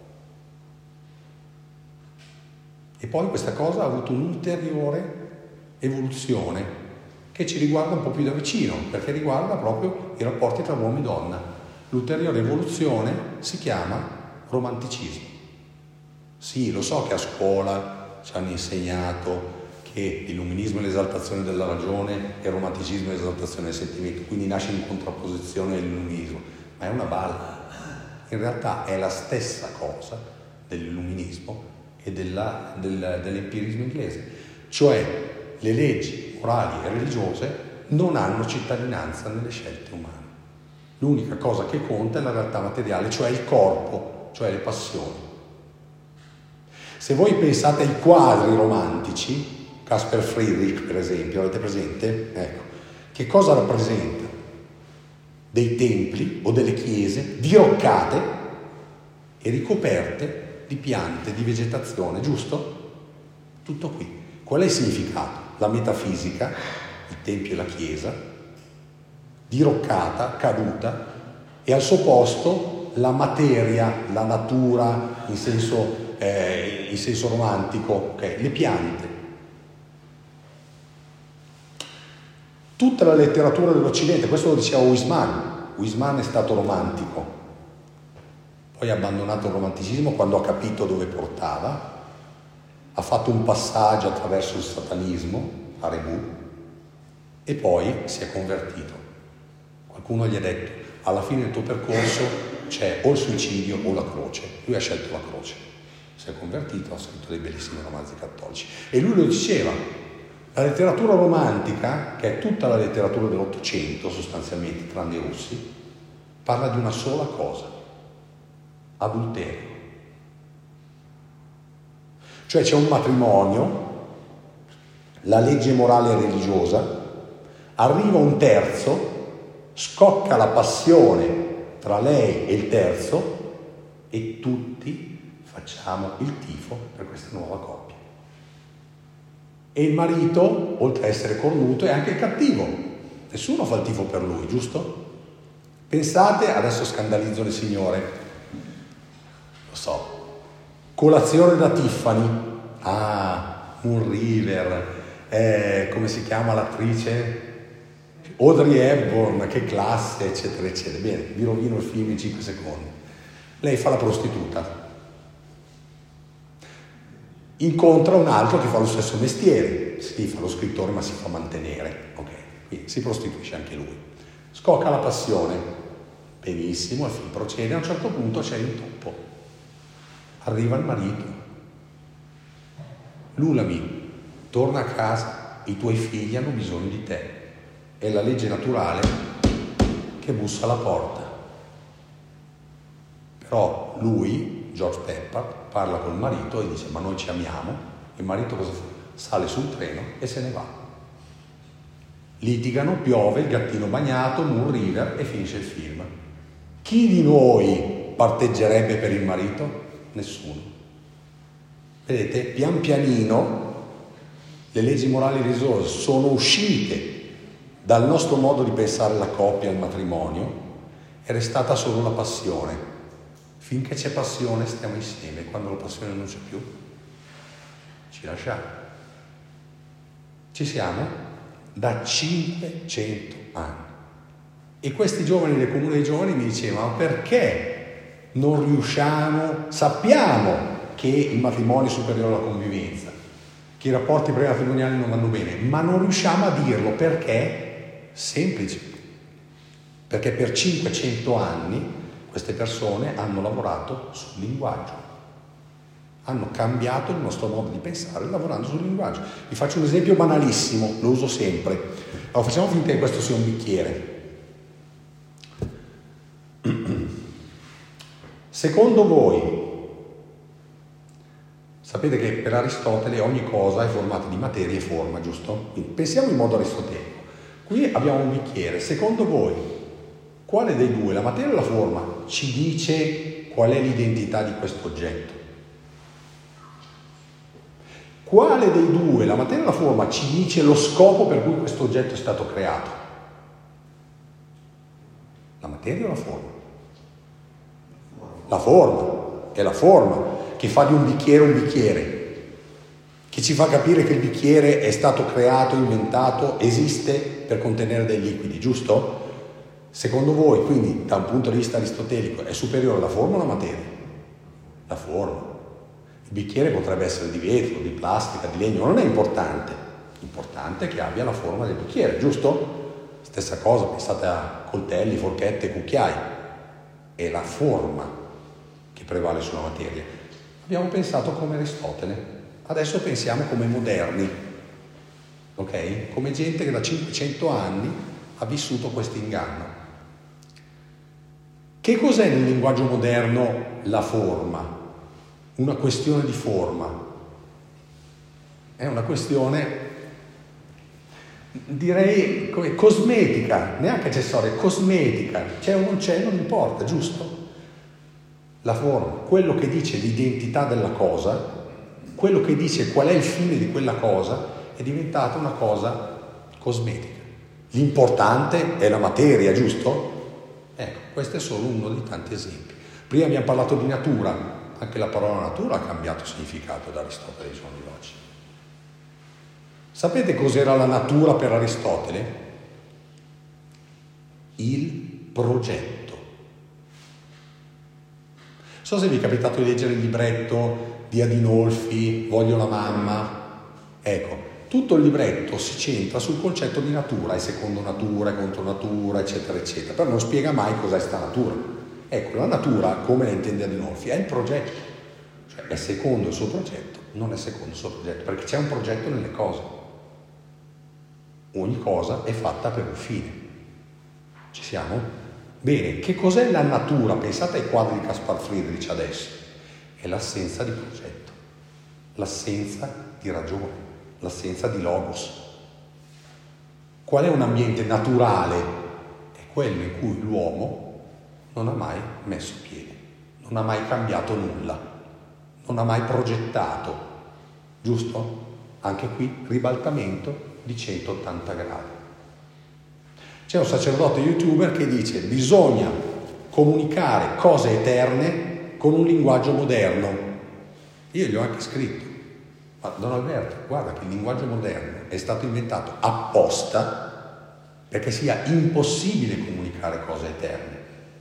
E poi questa cosa ha avuto un'ulteriore evoluzione che ci riguarda un po' più da vicino, perché riguarda proprio i rapporti tra uomo e donna. L'ulteriore evoluzione si chiama romanticismo. Sì, lo so che a scuola ci hanno insegnato che l'illuminismo è l'esaltazione della ragione e il romanticismo è l'esaltazione del sentimento, quindi nasce in contrapposizione all'illuminismo, ma è una balla. In realtà è la stessa cosa dell'illuminismo e della, del, dell'empirismo inglese, cioè le leggi morali e religiose non hanno cittadinanza nelle scelte umane. L'unica cosa che conta è la realtà materiale, cioè il corpo, cioè le passioni. Se voi pensate ai quadri romantici, Caspar Friedrich per esempio, avete presente? Ecco, che cosa rappresenta? Dei templi o delle chiese diroccate e ricoperte di piante, di vegetazione, giusto? Tutto qui. Qual è il significato? La metafisica, il tempio e la chiesa, diroccata, caduta, e al suo posto la materia, la natura in senso, eh, in senso romantico, okay? Le piante. Tutta la letteratura dell'Occidente, questo lo diceva Huysmans, Huysmans è stato romantico, poi ha abbandonato il romanticismo quando ha capito dove portava, ha fatto un passaggio attraverso il satanismo, a Rebù, e poi si è convertito. Qualcuno gli ha detto, alla fine del tuo percorso c'è o il suicidio o la croce. Lui ha scelto la croce, si è convertito, ha scritto dei bellissimi romanzi cattolici. E lui lo diceva, la letteratura romantica, che è tutta la letteratura dell'Ottocento sostanzialmente, tranne i russi, parla di una sola cosa: adulterio. Cioè c'è un matrimonio, la legge morale e religiosa, arriva un terzo, scocca la passione tra lei e il terzo e tutti facciamo il tifo per questa nuova coppia. E il marito, oltre a essere cornuto, è anche cattivo. Nessuno fa il tifo per lui, giusto? Pensate, adesso scandalizzo le signore, lo so, colazione da Tiffany, ah, Moon River, eh, come si chiama l'attrice? Audrey Hepburn, che classe, eccetera, eccetera. Bene, vi rovino il film in cinque secondi. Lei fa la prostituta. Incontra un altro che fa lo stesso mestiere, si fa lo scrittore ma si fa mantenere, ok? Quindi si prostituisce anche lui. Scocca la passione, benissimo, il film procede, a un certo punto c'è l'intoppo. Arriva il marito. Lulami, torna a casa, i tuoi figli hanno bisogno di te. È la legge naturale che bussa alla porta. Però lui, George Pepper, parla col marito e dice: ma noi ci amiamo. Il marito cosa fa? Sale sul treno e se ne va. Litigano, piove, il gattino bagnato, Moon River e finisce il film. Chi di noi parteggerebbe per il marito? Nessuno. Vedete, pian pianino le leggi morali religiose sono uscite dal nostro modo di pensare alla coppia, al matrimonio, è restata solo la passione. Finché c'è passione stiamo insieme, quando la passione non c'è più ci lasciamo. Ci siamo da cinquecento anni. E questi giovani del comune dei giovani mi dicevano: ma perché non riusciamo, sappiamo che il matrimonio è superiore alla convivenza, che i rapporti prematrimoniali non vanno bene, ma non riusciamo a dirlo perché? Semplice, perché per cinquecento anni queste persone hanno lavorato sul linguaggio, hanno cambiato il nostro modo di pensare lavorando sul linguaggio. Vi faccio un esempio banalissimo, lo uso sempre. Allora, facciamo finta che questo sia un bicchiere. Secondo voi, sapete che per Aristotele ogni cosa è formata di materia e forma, giusto? Quindi pensiamo in modo aristotelico. Qui abbiamo un bicchiere. Secondo voi, quale dei due, la materia o la forma, ci dice qual è l'identità di questo oggetto? Quale dei due, la materia o la forma, ci dice lo scopo per cui questo oggetto è stato creato? La materia o la forma? La forma, è la forma che fa di un bicchiere un bicchiere, che ci fa capire che il bicchiere è stato creato, inventato, esiste per contenere dei liquidi, giusto? Secondo voi, quindi, da un punto di vista aristotelico, è superiore la forma o la materia? La forma. Il bicchiere potrebbe essere di vetro, di plastica, di legno, non è importante. L'importante è che abbia la forma del bicchiere, giusto? Stessa cosa, pensate a coltelli, forchette, cucchiai. È la forma che prevale sulla materia. Abbiamo pensato come Aristotele. Adesso pensiamo come moderni, ok? Come gente che da cinquecento anni ha vissuto questo inganno. Che cos'è nel linguaggio moderno la forma? Una questione di forma. È una questione, direi, come cosmetica, neanche accessoria, cosmetica. C'è o non c'è, non importa, giusto? La forma, quello che dice l'identità della cosa, quello che dice qual è il fine di quella cosa, è diventata una cosa cosmetica. L'importante è la materia, giusto? Ecco, questo è solo uno dei tanti esempi. Prima abbiamo parlato di natura, anche la parola natura ha cambiato significato da Aristotele ai giorni d'oggi. Sapete cos'era la natura per Aristotele? Il progetto. Non so se vi è capitato di leggere il libretto di Adinolfi, Voglio la mamma. Ecco, tutto il libretto si centra sul concetto di natura, è secondo natura, è contro natura, eccetera, eccetera, però non spiega mai cos'è sta natura. Ecco, la natura, come la intende Adinolfi, è il progetto, cioè è secondo il suo progetto, non è secondo il suo progetto, perché c'è un progetto nelle cose. Ogni cosa è fatta per un fine. Ci siamo? Bene, che cos'è la natura? Pensate ai quadri di Caspar Friedrich adesso. È l'assenza di progetto, l'assenza di ragione, l'assenza di logos. Qual è un ambiente naturale? È quello in cui l'uomo non ha mai messo piede, non ha mai cambiato nulla, non ha mai progettato, giusto? Anche qui ribaltamento di centottanta gradi. C'è un sacerdote youtuber che dice: bisogna comunicare cose eterne con un linguaggio moderno. Io gli ho anche scritto: ma Don Alberto, guarda che il linguaggio moderno è stato inventato apposta perché sia impossibile comunicare cose eterne.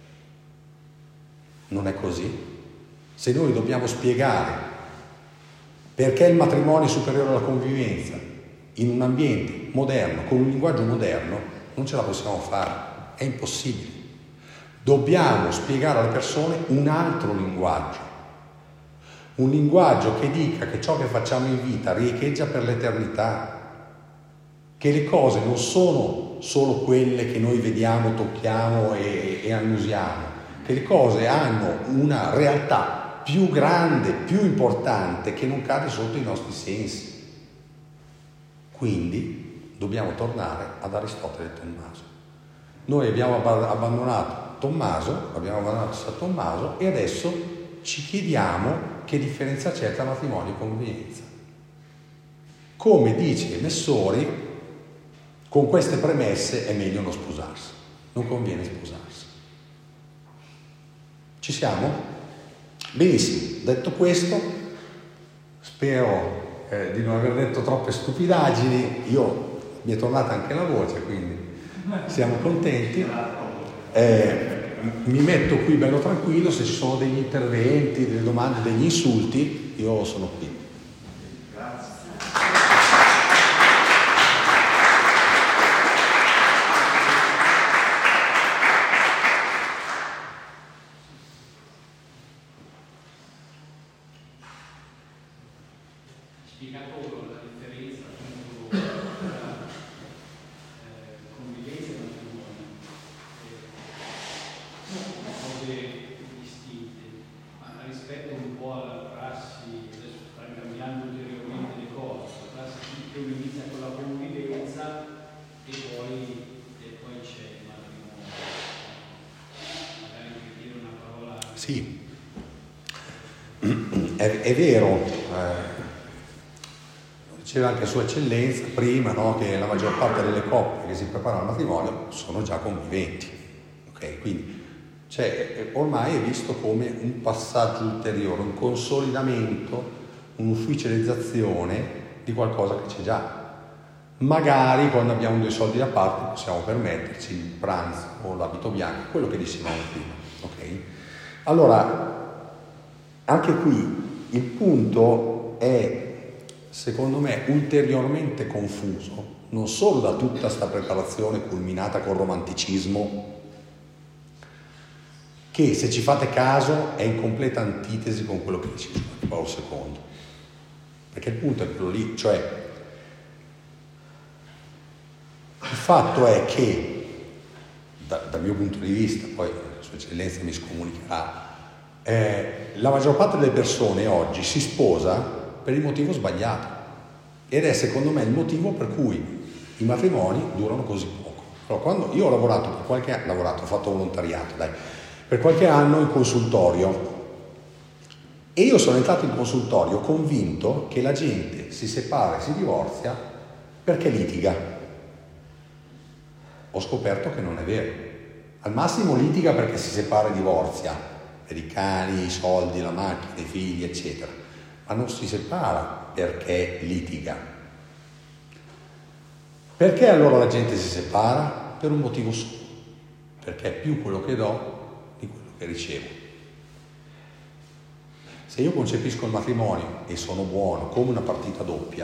Non è così? Se noi dobbiamo spiegare perché il matrimonio è superiore alla convivenza in un ambiente moderno, con un linguaggio moderno, non ce la possiamo fare, è impossibile. Dobbiamo spiegare alle persone un altro linguaggio, un linguaggio che dica che ciò che facciamo in vita riecheggia per l'eternità, che le cose non sono solo quelle che noi vediamo, tocchiamo e, e annusiamo, che le cose hanno una realtà più grande, più importante, che non cade sotto i nostri sensi. Quindi dobbiamo tornare ad Aristotele e Tommaso. Noi abbiamo abbandonato Tommaso, abbiamo abbandonato San Tommaso e adesso ci chiediamo che differenza c'è tra matrimonio e convivenza. Come dice Messori, con queste premesse è meglio non sposarsi, non conviene sposarsi. Ci siamo? Benissimo, detto questo, spero eh, di non aver detto troppe stupidaggini. Io mi è tornata anche la voce, quindi siamo contenti. Eh, mi metto qui bello tranquillo, se ci sono degli interventi, delle domande, degli insulti, io sono qui. Grazie. Spiegato la differenza tra convivenza e matrimonio, cose distinte, ma rispetto un po' alla prassi, adesso stanno cambiando ulteriormente le cose, la prassi che inizia con la convivenza e poi, e poi c'è il matrimonio. Magari per dire una parola. Sì, è, è vero. Eh. Diceva anche Sua Eccellenza prima, no, che la maggior parte delle coppie che si preparano al matrimonio sono già conviventi, ok? Quindi cioè, ormai è visto come un passaggio ulteriore, un consolidamento, un'ufficializzazione di qualcosa che c'è già. Magari quando abbiamo dei soldi da parte possiamo permetterci il pranzo o l'abito bianco, quello che dicevamo prima, ok? Allora, anche qui il punto è, secondo me, ulteriormente confuso, non solo da tutta questa preparazione culminata col romanticismo, che se ci fate caso è in completa antitesi con quello che dice Paolo secondo, perché il punto è quello lì, cioè il fatto è che da, dal mio punto di vista, poi Sua Eccellenza mi scomunicherà, eh, la maggior parte delle persone oggi si sposa per il motivo sbagliato, ed è secondo me il motivo per cui i matrimoni durano così poco. Allora, quando io ho lavorato per qualche anno, lavorato, ho fatto volontariato, dai, per qualche anno in consultorio, e io sono entrato in consultorio convinto che la gente si separa e si divorzia perché litiga. Ho scoperto che non è vero. Al massimo litiga perché si separa e divorzia, per i cani, i soldi, la macchina, i figli, eccetera. Ma non si separa perché litiga. Perché allora la gente si separa? Per un motivo solo, perché è più quello che do di quello che ricevo. Se io concepisco il matrimonio e sono buono come una partita doppia,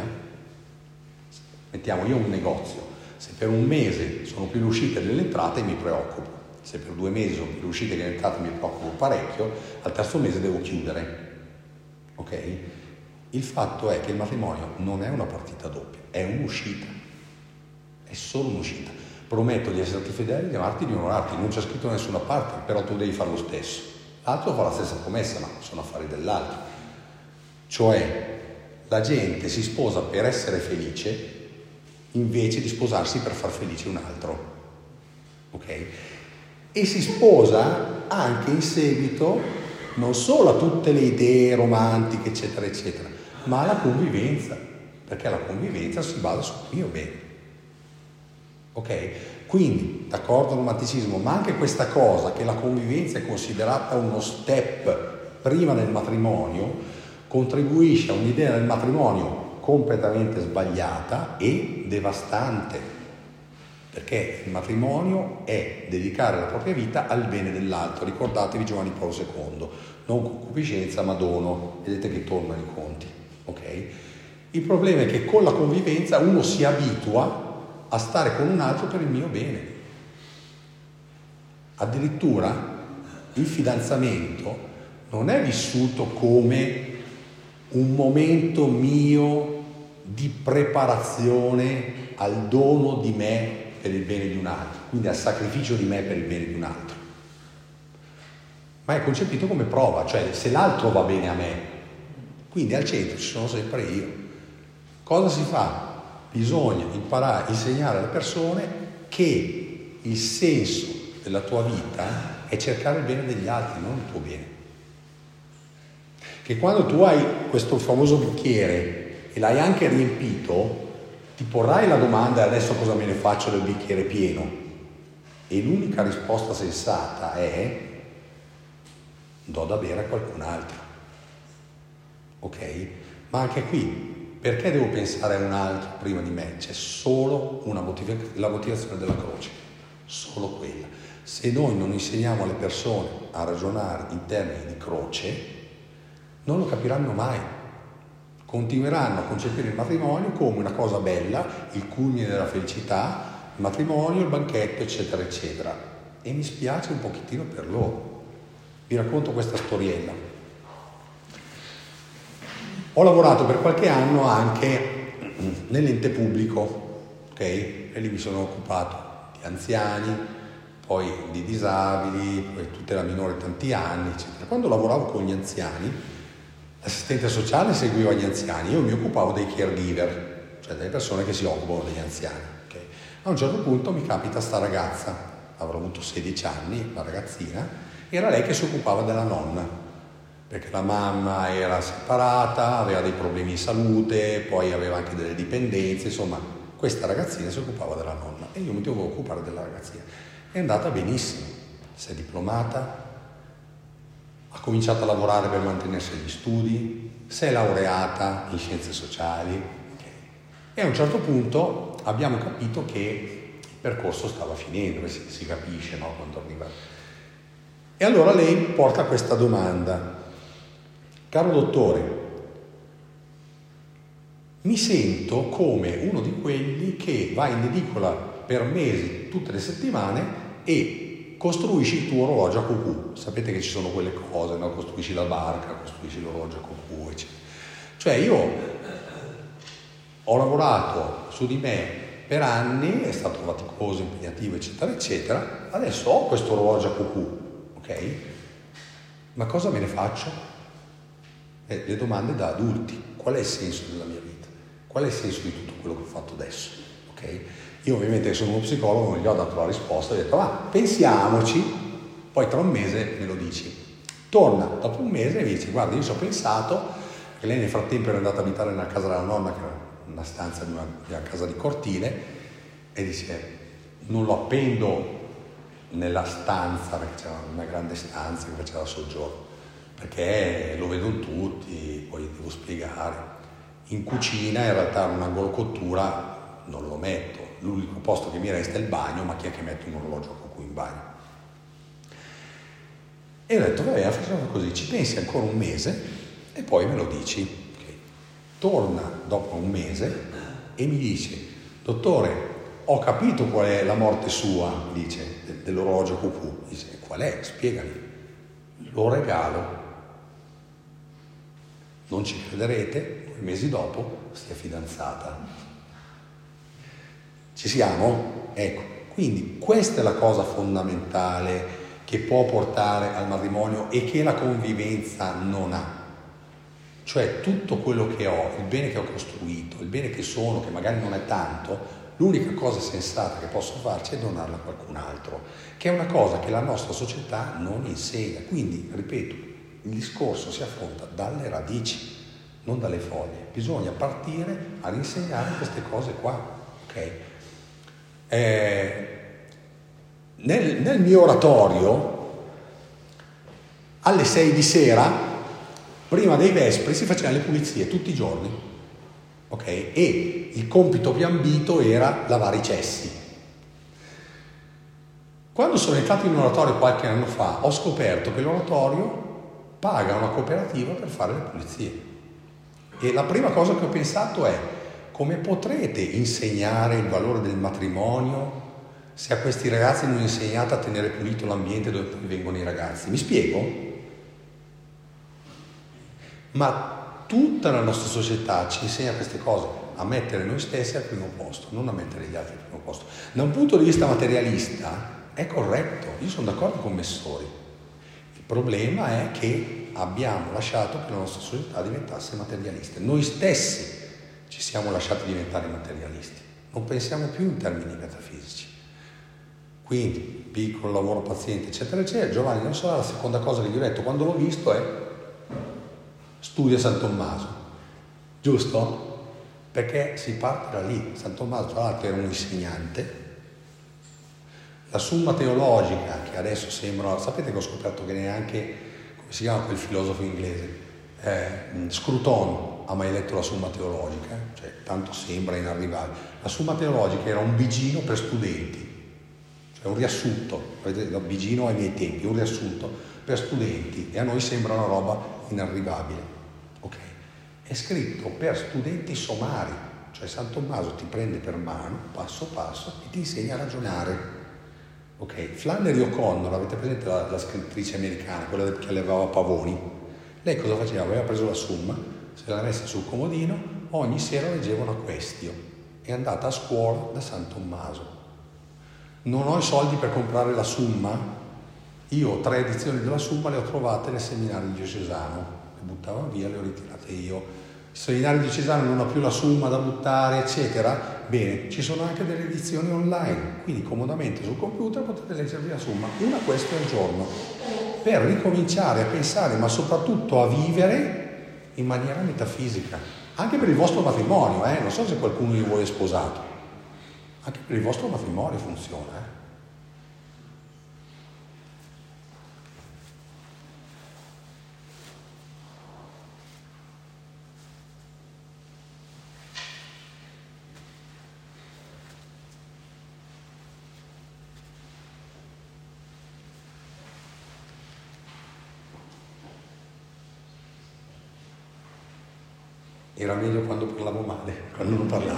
mettiamo io un negozio, se per un mese sono più le uscite delle entrate mi preoccupo, Se per due mesi sono le uscite che in realtà mi preoccupo parecchio, al terzo mese devo chiudere. Ok? Il fatto è che il matrimonio non è una partita doppia, è un'uscita. È solo un'uscita. Prometto di esserti fedele, di amarti, di onorarti. Non c'è scritto da nessuna parte, però tu devi fare lo stesso. L'altro fa la stessa promessa, ma sono affari dell'altro. Cioè, la gente si sposa per essere felice invece di sposarsi per far felice un altro. Ok? E si sposa anche in seguito non solo a tutte le idee romantiche, eccetera, eccetera, ma alla convivenza, perché la convivenza si basa sul mio bene. Ok? Quindi, d'accordo al romanticismo, ma anche questa cosa che la convivenza è considerata uno step prima del matrimonio, contribuisce a un'idea del matrimonio completamente sbagliata e devastante, perché il matrimonio è dedicare la propria vita al bene dell'altro. Ricordatevi Giovanni Paolo secondo, non concupiscenza ma dono, vedete che tornano i conti. Ok? Il problema è che con la convivenza uno si abitua a stare con un altro per il mio bene. Addirittura il fidanzamento non è vissuto come un momento mio di preparazione al dono di me per il bene di un altro, quindi al sacrificio di me per il bene di un altro, ma è concepito come prova, cioè se l'altro va bene a me, quindi al centro ci sono sempre io. Cosa si fa? Bisogna imparare, insegnare alle persone che il senso della tua vita è cercare il bene degli altri, non il tuo bene. Che quando tu hai questo famoso bicchiere e l'hai anche riempito, ti porrai la domanda: adesso cosa me ne faccio del bicchiere pieno? E l'unica risposta sensata è: do da bere a qualcun altro. Ok? Ma anche qui, perché devo pensare a un altro prima di me? C'è solo una motivazione, la motivazione della croce, solo quella. Se noi non insegniamo alle persone a ragionare in termini di croce, non lo capiranno mai. Continueranno a concepire il matrimonio come una cosa bella, il culmine della felicità, il matrimonio, il banchetto, eccetera, eccetera. E mi spiace un pochettino per loro. Vi racconto questa storiella. Ho lavorato per qualche anno anche nell'ente pubblico, ok? E lì mi sono occupato di anziani, poi di disabili, poi tutela minore tanti anni, eccetera. Quando lavoravo con gli anziani, l'assistente sociale seguiva gli anziani, io mi occupavo dei caregiver, cioè delle persone che si occupano degli anziani. Okay? A un certo punto mi capita sta ragazza, avrò avuto sedici anni, la ragazzina, era lei che si occupava della nonna, perché la mamma era separata, aveva dei problemi di salute, poi aveva anche delle dipendenze, insomma questa ragazzina si occupava della nonna e io mi dovevo occupare della ragazzina. È andata benissimo, si è diplomata, ha cominciato a lavorare per mantenersi agli studi, si è laureata in scienze sociali e a un certo punto abbiamo capito che il percorso stava finendo, si, si capisce, no, quando arriva. E allora lei porta questa domanda: caro dottore, mi sento come uno di quelli che va in edicola per mesi, tutte le settimane, e costruisci il tuo orologio a cucù. Sapete che ci sono quelle cose, no? Costruisci la barca, costruisci l'orologio a cucù, eccetera. Cioè io ho lavorato su di me per anni, è stato faticoso, impegnativo, eccetera, eccetera. Adesso ho questo orologio a cucù, ok? Ma cosa me ne faccio? Eh, le domande da adulti. Qual è il senso della mia vita? Qual è il senso di tutto quello che ho fatto adesso? Ok? Io ovviamente sono uno psicologo, non gli ho dato la risposta, ho detto ma pensiamoci, poi tra un mese me lo dici. Torna dopo un mese e mi dice: guarda, io ci ho pensato, che lei nel frattempo era andata a abitare nella casa della nonna, che era una stanza di una, di una casa di cortile, e dice: non lo appendo nella stanza, perché c'era una grande stanza che faceva soggiorno, perché lo vedono tutti, poi devo spiegare. In cucina in realtà un angolo cottura non lo metto, l'unico posto che mi resta è il bagno, ma chi è che mette un orologio a cucù in bagno? E ho detto: vabbè, facciamo così, ci pensi ancora un mese e poi me lo dici. Okay. Torna dopo un mese e mi dice: dottore, ho capito qual è la morte sua, dice, dell'orologio cucù. Dice, qual è? Spiegami. Lo regalo. Non ci crederete, due mesi dopo si è fidanzata. Ci siamo? Ecco, quindi questa è la cosa fondamentale che può portare al matrimonio e che la convivenza non ha. Cioè tutto quello che ho, il bene che ho costruito, il bene che sono, che magari non è tanto, l'unica cosa sensata che posso farci è donarla a qualcun altro, che è una cosa che la nostra società non insegna. Quindi, ripeto, il discorso si affronta dalle radici, non dalle foglie. Bisogna partire a insegnare queste cose qua, ok? Eh, nel, nel mio oratorio, alle sei di sera, prima dei vespri, si facevano le pulizie tutti i giorni, ok? E il compito più ambito era lavare i cessi. Quando sono entrato in un oratorio qualche anno fa, ho scoperto che l'oratorio paga una cooperativa per fare le pulizie. E la prima cosa che ho pensato è: come potrete insegnare il valore del matrimonio se a questi ragazzi non insegnate a tenere pulito l'ambiente dove vengono i ragazzi? Mi spiego? Ma tutta la nostra società ci insegna queste cose, a mettere noi stessi al primo posto, non a mettere gli altri al primo posto. Da un punto di vista materialista è corretto, io sono d'accordo con Messori. Il problema è che abbiamo lasciato che la nostra società diventasse materialista. Noi stessi ci siamo lasciati diventare materialisti, non pensiamo più in termini metafisici. Quindi, piccolo lavoro paziente, eccetera, eccetera. Giovanni non sarà la seconda cosa che gli ho detto quando l'ho visto è: studia San Tommaso, giusto? Perché si parte da lì. San Tommaso, tra l'altro, era un insegnante. La Summa Teologica, che adesso sembra, sapete che ho scoperto che neanche, come si chiama quel filosofo inglese, eh, Scruton ha mai letto la Summa Teologica, cioè tanto sembra inarrivabile. La Summa Teologica era un bigino per studenti, cioè un riassunto, vedete, il bigino ai miei tempi, un riassunto per studenti, e a noi sembra una roba inarrivabile, ok? È scritto per studenti somari, cioè San Tommaso ti prende per mano, passo passo, e ti insegna a ragionare. Ok, Flannery O'Connor, avete presente la, la scrittrice americana, quella che allevava pavoni? Lei cosa faceva? Aveva preso la Summa, se l'era messa sul comodino, ogni sera leggeva una questio, è andata a scuola da San Tommaso. Non ho i soldi per comprare la Summa, io ho tre edizioni della Summa, le ho trovate nel seminario diocesano, le buttavo via, le ho ritirate io. Il seminario diocesano non ha più la Summa da buttare, eccetera. Bene, ci sono anche delle edizioni online, quindi comodamente sul computer potete leggervi la Summa, una questa al giorno, per ricominciare a pensare, ma soprattutto a vivere in maniera metafisica, anche per il vostro matrimonio, eh? Non so se qualcuno di voi è sposato, anche per il vostro matrimonio funziona, eh? Era meglio quando parlavo male, quando non parlavo.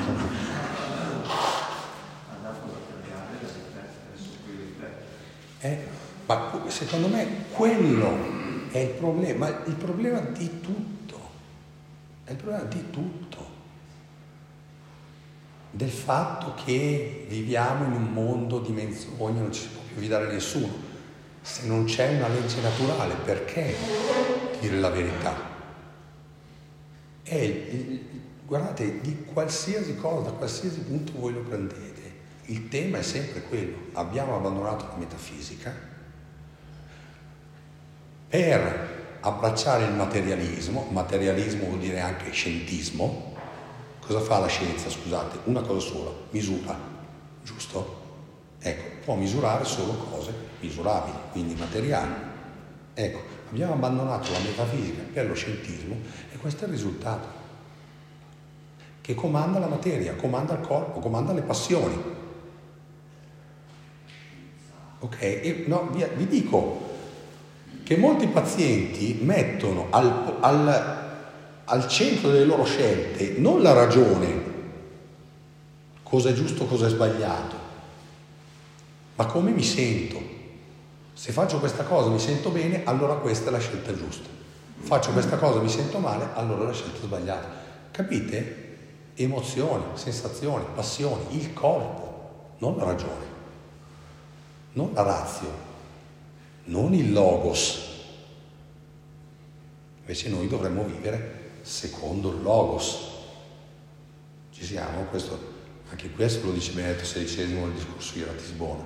Eh, ma secondo me quello è il problema, il problema di tutto, è il problema di tutto, del fatto che viviamo in un mondo di menzogne, non ci si può più fidare nessuno. Se non c'è una legge naturale, perché dire la verità? È il, il, guardate, di qualsiasi cosa, da qualsiasi punto voi lo prendete, il tema è sempre quello: abbiamo abbandonato la metafisica per abbracciare il materialismo. Materialismo vuol dire anche scientismo. Cosa fa la scienza? Scusate, una cosa sola: misura, giusto? Ecco, può misurare solo cose misurabili, quindi materiali. Ecco, abbiamo abbandonato la metafisica per lo scientismo e questo è il risultato, che comanda la materia, comanda il corpo, comanda le passioni. Ok? E no, vi, vi dico che molti pazienti mettono al, al, al centro delle loro scelte non la ragione, cosa è giusto, cosa è sbagliato, ma come mi sento. Se faccio questa cosa mi sento bene, allora questa è la scelta giusta. Faccio questa cosa mi sento male, allora è la scelta sbagliata. Capite? Emozioni, sensazioni, passioni, il corpo, non la ragione, non la razio, non il logos. Invece noi dovremmo vivere secondo il logos. Ci siamo? Questo, anche questo lo dice Benedetto sedicesimo nel discorso di Ratisbona.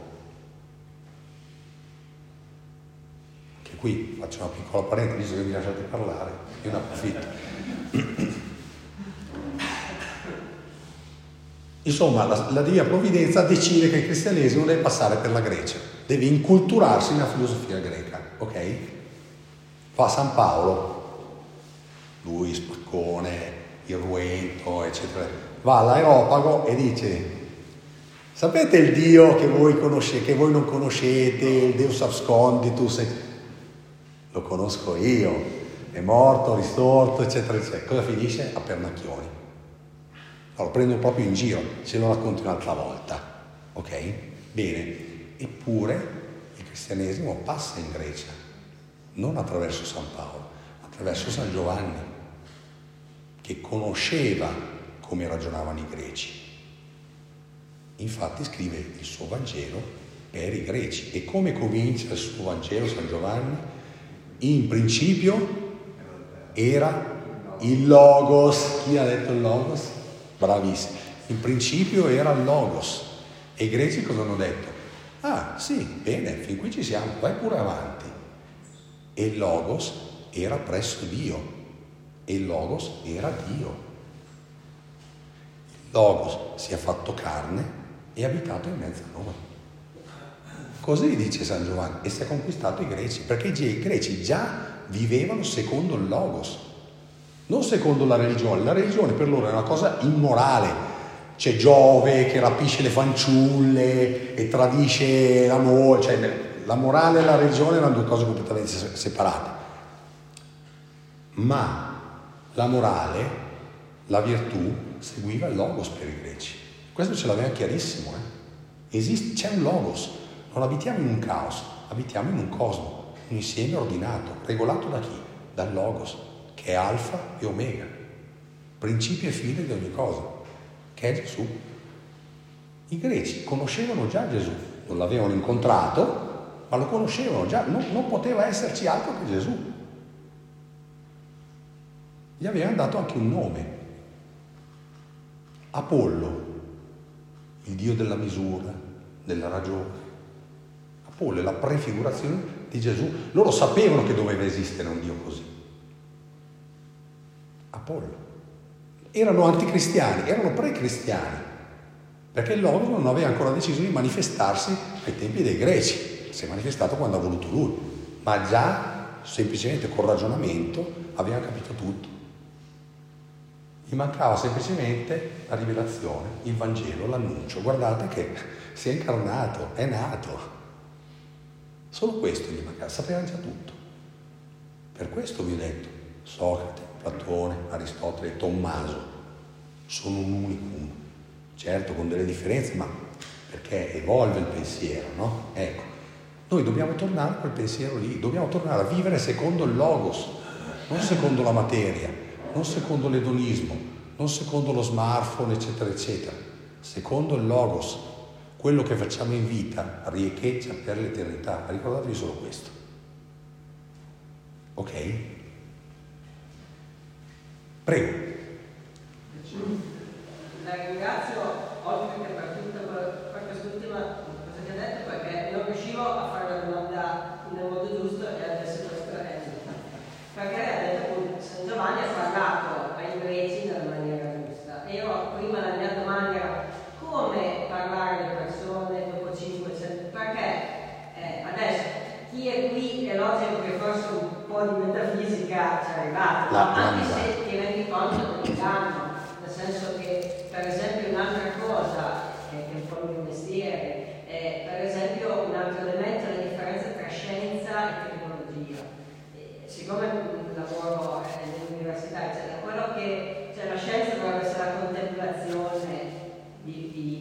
Anche qui faccio una piccola parentesi, visto che mi lasciate parlare, io ne approfitto. Insomma, la, la Divina Provvidenza decide che il cristianesimo deve passare per la Grecia, deve inculturarsi nella filosofia greca, ok? Fa San Paolo, lui spaccone, irruento, eccetera, va all'Areopago e dice: sapete il Dio che voi conoscete, che voi non conoscete, il Deus absconditus? Lo conosco io, è morto, risorto, eccetera, eccetera. Cosa finisce? A pernacchioni. Lo prendo proprio in giro, ce lo racconto un'altra volta, ok? Bene, eppure il cristianesimo passa in Grecia, non attraverso San Paolo, attraverso San Giovanni, che conosceva come ragionavano i greci. Infatti scrive il suo Vangelo per i greci. E come comincia il suo Vangelo San Giovanni? In principio era il Logos. Chi ha detto il Logos? Bravissimo. In principio era il Logos. E i greci cosa hanno detto? Ah, sì, bene, fin qui ci siamo, vai pure avanti. E il Logos era presso Dio. E il Logos era Dio. Il Logos si è fatto carne e è abitato in mezzo a noi. Così dice San Giovanni. E si è conquistato i greci, perché i greci già vivevano secondo il Logos. Non secondo la religione. La religione per loro è una cosa immorale. C'è Giove che rapisce le fanciulle e tradisce l'amore. Cioè, la morale e la religione erano due cose completamente separate. Ma la morale, la virtù, seguiva il Logos per i greci. Questo ce l'aveva chiarissimo. Eh? Esiste, c'è un Logos. Non abitiamo in un caos, abitiamo in un cosmo, un insieme ordinato, regolato da chi? Dal Logos, che è alfa e omega, principio e fine di ogni cosa, che è Gesù. I greci conoscevano già Gesù, non l'avevano incontrato, ma lo conoscevano già, non, non poteva esserci altro che Gesù. Gli avevano dato anche un nome, Apollo, il dio della misura, della ragione. Apollo è la prefigurazione di Gesù. Loro sapevano che doveva esistere un Dio così. Apollo. Erano anticristiani, erano pre-cristiani, perché il Logos non aveva ancora deciso di manifestarsi ai tempi dei greci. Si è manifestato quando ha voluto lui, ma già semplicemente col ragionamento aveva capito tutto. Gli mancava semplicemente la rivelazione, il Vangelo, l'annuncio. Guardate che si è incarnato, è nato. Solo questo gli mancava, sapeva già tutto. Per questo vi ho detto, Socrate, Platone, Aristotele, Tommaso sono un unicum, certo con delle differenze, ma perché evolve il pensiero, no? Ecco, noi dobbiamo tornare a quel pensiero lì, dobbiamo tornare a vivere secondo il Logos, non secondo la materia, non secondo l'edonismo, non secondo lo smartphone, eccetera, eccetera, secondo il Logos. Quello che facciamo in vita riecheggia per l'eternità. Ricordatevi solo questo. Ok? Prego. La ringrazio, oltre che per tutta per quest'ultima cosa che ha detto, perché non riuscivo a fare la domanda nel modo giusto e adesso questo è giusto. Perché lei ha detto appunto, San Giovanni ha parlato ai greci nella maniera giusta. E io prima la mia domanda era come parlare alle persone dopo cinquecento, perché eh, adesso chi è qui è logico che forse un po' di metafisica ci è arrivato, la, anche la, se ti rendi conto dell'inganno, nel senso che per esempio un'altra cosa che è un po' il mio mestiere è per esempio un altro elemento è la differenza tra scienza e tecnologia. E siccome lavoro nell'università eccetera, quello che cioè la scienza dovrebbe essere la contemplazione Di, di,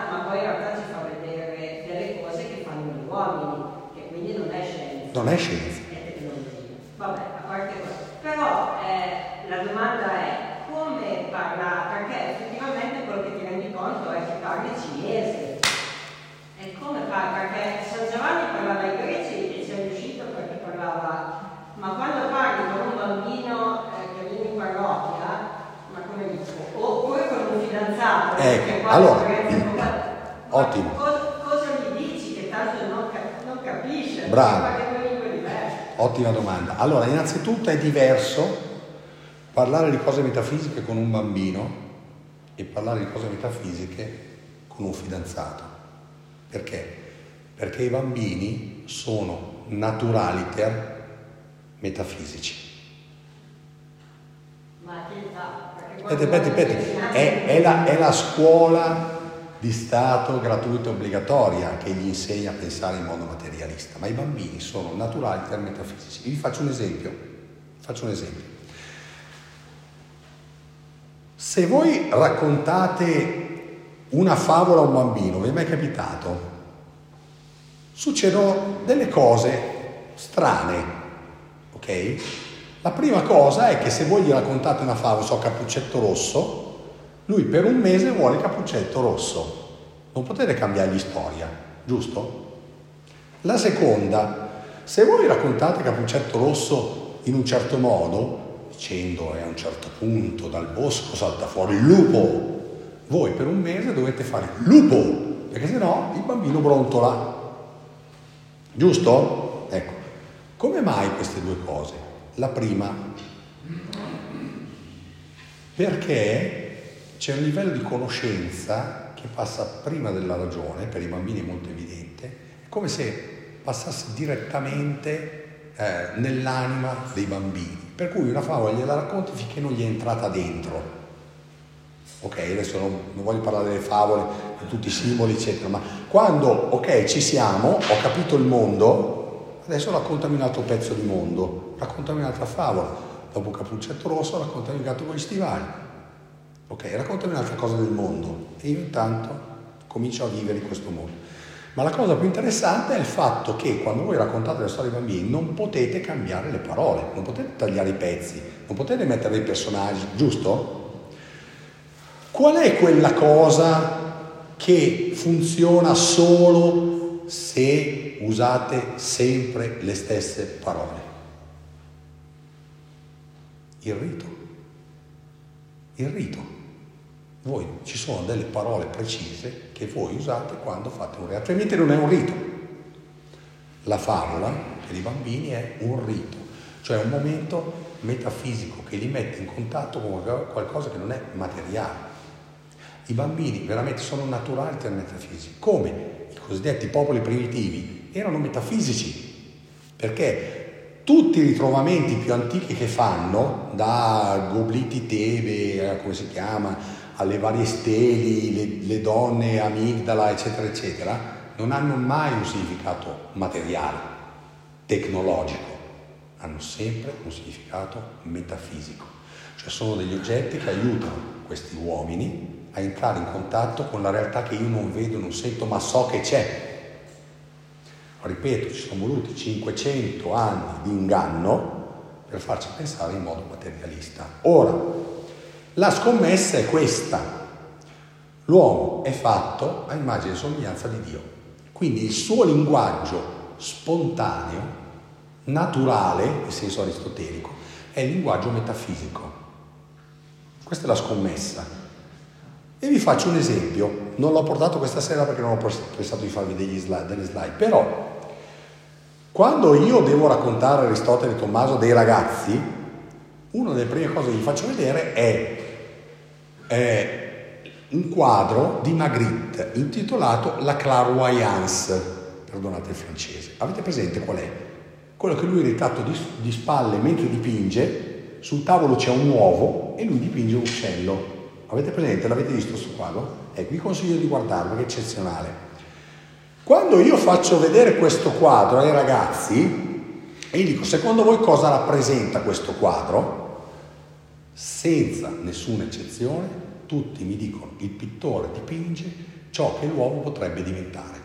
ma poi in realtà ci fa vedere delle cose che fanno gli uomini, che quindi non è scienza. Non è scienza. È tecnologia. Vabbè, a parte questo. Però eh, la domanda è come parla, perché effettivamente quello che ti rendi conto è che parli cinese. E come parla? Perché San Giovanni parlava ai greci e ci è riuscito perché parlava, ma quando parli con un bambino eh, che viene in parrocchia, ma come dico, oppure con un fidanzato, ecco, allora, ottimo. Cosa, cosa gli dici che tanto non, non capisce? Bravo. Diverse. Ottima domanda. Allora, innanzitutto è diverso parlare di cose metafisiche con un bambino e parlare di cose metafisiche con un fidanzato. Perché? Perché i bambini sono naturaliter metafisici. Ma che età? Aspetta, aspetta, è, è, la, è la scuola di Stato gratuita e obbligatoria che gli insegna a pensare in modo materialista, ma i bambini sono naturaliter metafisici. Vi faccio un esempio. Faccio un esempio. Se voi raccontate una favola a un bambino, vi è mai capitato? Succedono delle cose strane, ok? La prima cosa è che se voi gli raccontate una favola, so Cappuccetto Rosso, lui per un mese vuole Cappuccetto Rosso. Non potete cambiargli storia, giusto? La seconda, se voi raccontate Cappuccetto Rosso in un certo modo, dicendo e a un certo punto dal bosco salta fuori il lupo, voi per un mese dovete fare lupo, perché sennò il bambino brontola. Giusto? Ecco. Come mai queste due cose? La prima, perché c'è un livello di conoscenza che passa prima della ragione, per i bambini è molto evidente, è come se passasse direttamente eh, nell'anima dei bambini. Per cui una favola gliela racconti finché non gli è entrata dentro. Ok, adesso non, non voglio parlare delle favole, di tutti i simboli, eccetera, ma quando, ok, ci siamo, ho capito il mondo, adesso raccontami un altro pezzo di mondo, raccontami un'altra favola, dopo Cappuccetto Rosso raccontami il gatto con gli stivali, ok, raccontami un'altra cosa del mondo, e io intanto comincio a vivere in questo mondo. Ma la cosa più interessante è il fatto che quando voi raccontate le storie ai bambini non potete cambiare le parole, non potete tagliare i pezzi, non potete mettere dei personaggi, giusto? Qual è quella cosa che funziona solo se usate sempre le stesse parole? Il rito. Il rito. Voi ci sono delle parole precise che voi usate quando fate un rito, altrimenti non è un rito. La favola per i bambini è un rito, cioè un momento metafisico che li mette in contatto con qualcosa che non è materiale. I bambini veramente sono naturali e metafisici, come i cosiddetti popoli primitivi erano metafisici, perché tutti i ritrovamenti più antichi che fanno, da Gobliti Tebe, come si chiama, alle varie steli, le, le donne, amigdala, eccetera, eccetera, non hanno mai un significato materiale, tecnologico, hanno sempre un significato metafisico, cioè sono degli oggetti che aiutano questi uomini a entrare in contatto con la realtà che io non vedo, non sento, ma so che c'è. Ripeto, ci sono voluti cinquecento anni di inganno per farci pensare in modo materialista. Ora, la scommessa è questa. L'uomo è fatto a immagine e somiglianza di Dio. Quindi il suo linguaggio spontaneo, naturale, in senso aristotelico, è il linguaggio metafisico. Questa è la scommessa. E vi faccio un esempio, non l'ho portato questa sera perché non ho pensato di farvi degli slide, delle slide, però quando io devo raccontare Aristotele e Tommaso dei ragazzi, una delle prime cose che gli faccio vedere è, è un quadro di Magritte intitolato La Clairvoyance, perdonate il francese. Avete presente qual è? Quello che lui è ritratto di, di spalle mentre dipinge, sul tavolo c'è un uovo e lui dipinge un uccello. Avete presente? L'avete visto questo quadro? Ecco, vi consiglio di guardarlo, che è eccezionale. Quando io faccio vedere questo quadro ai ragazzi e gli dico, secondo voi cosa rappresenta questo quadro? Senza nessuna eccezione, tutti mi dicono, il pittore dipinge ciò che l'uomo potrebbe diventare.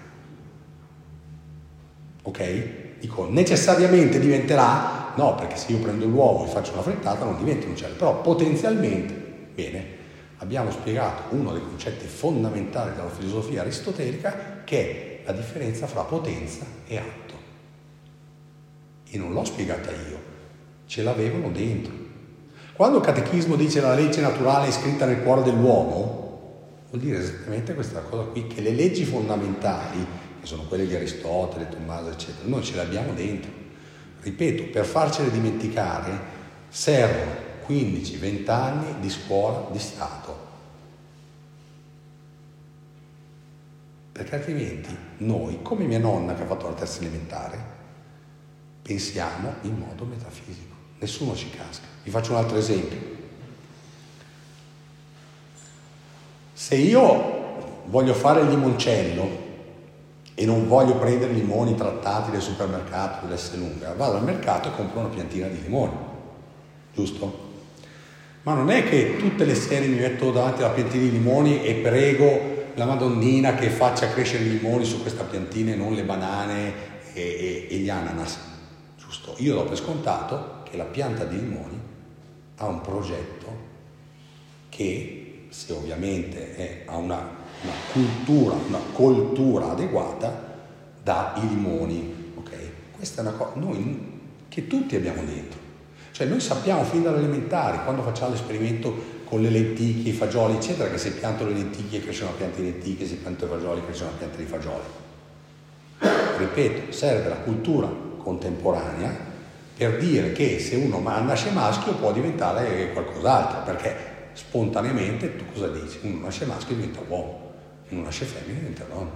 Ok? Dico, necessariamente diventerà? No, perché se io prendo l'uovo e faccio una frittata non diventa un uccello, però potenzialmente, bene, abbiamo spiegato uno dei concetti fondamentali della filosofia aristotelica, che è la differenza fra potenza e atto. E non l'ho spiegata io, ce l'avevano dentro. Quando il catechismo dice la legge naturale è scritta nel cuore dell'uomo, vuol dire esattamente questa cosa qui, che le leggi fondamentali, che sono quelle di Aristotele, Tommaso, eccetera, noi ce le abbiamo dentro. Ripeto, per farcele dimenticare servono quindici venti anni di scuola di Stato, perché altrimenti noi, come mia nonna che ha fatto la terza elementare, pensiamo in modo metafisico, nessuno ci casca. Vi faccio un altro esempio. Se io voglio fare il limoncello e non voglio prendere i limoni trattati del supermercato dell'Esselunga, vado al mercato e compro una piantina di limoni, giusto? Ma non è che tutte le sere mi metto davanti alla piantina di limoni e prego la Madonnina che faccia crescere i limoni su questa piantina e non le banane e, e, e gli ananas, giusto? Io do per scontato che la pianta di limoni ha un progetto che, se ovviamente è, ha una, una cultura, una coltura adeguata, dà i limoni, ok? Questa è una cosa noi che tutti abbiamo dentro. Cioè noi sappiamo fin dalle elementari, quando facciamo l'esperimento con le lenticchie, i fagioli, eccetera, che se pianto le lenticchie cresce una pianta di lenticchie, se pianto i fagioli cresce una pianta di fagioli. Ripeto, serve la cultura contemporanea per dire che se uno nasce maschio può diventare qualcos'altro, perché spontaneamente tu cosa dici? Uno nasce maschio e diventa uomo, uno nasce femmina e diventa donna.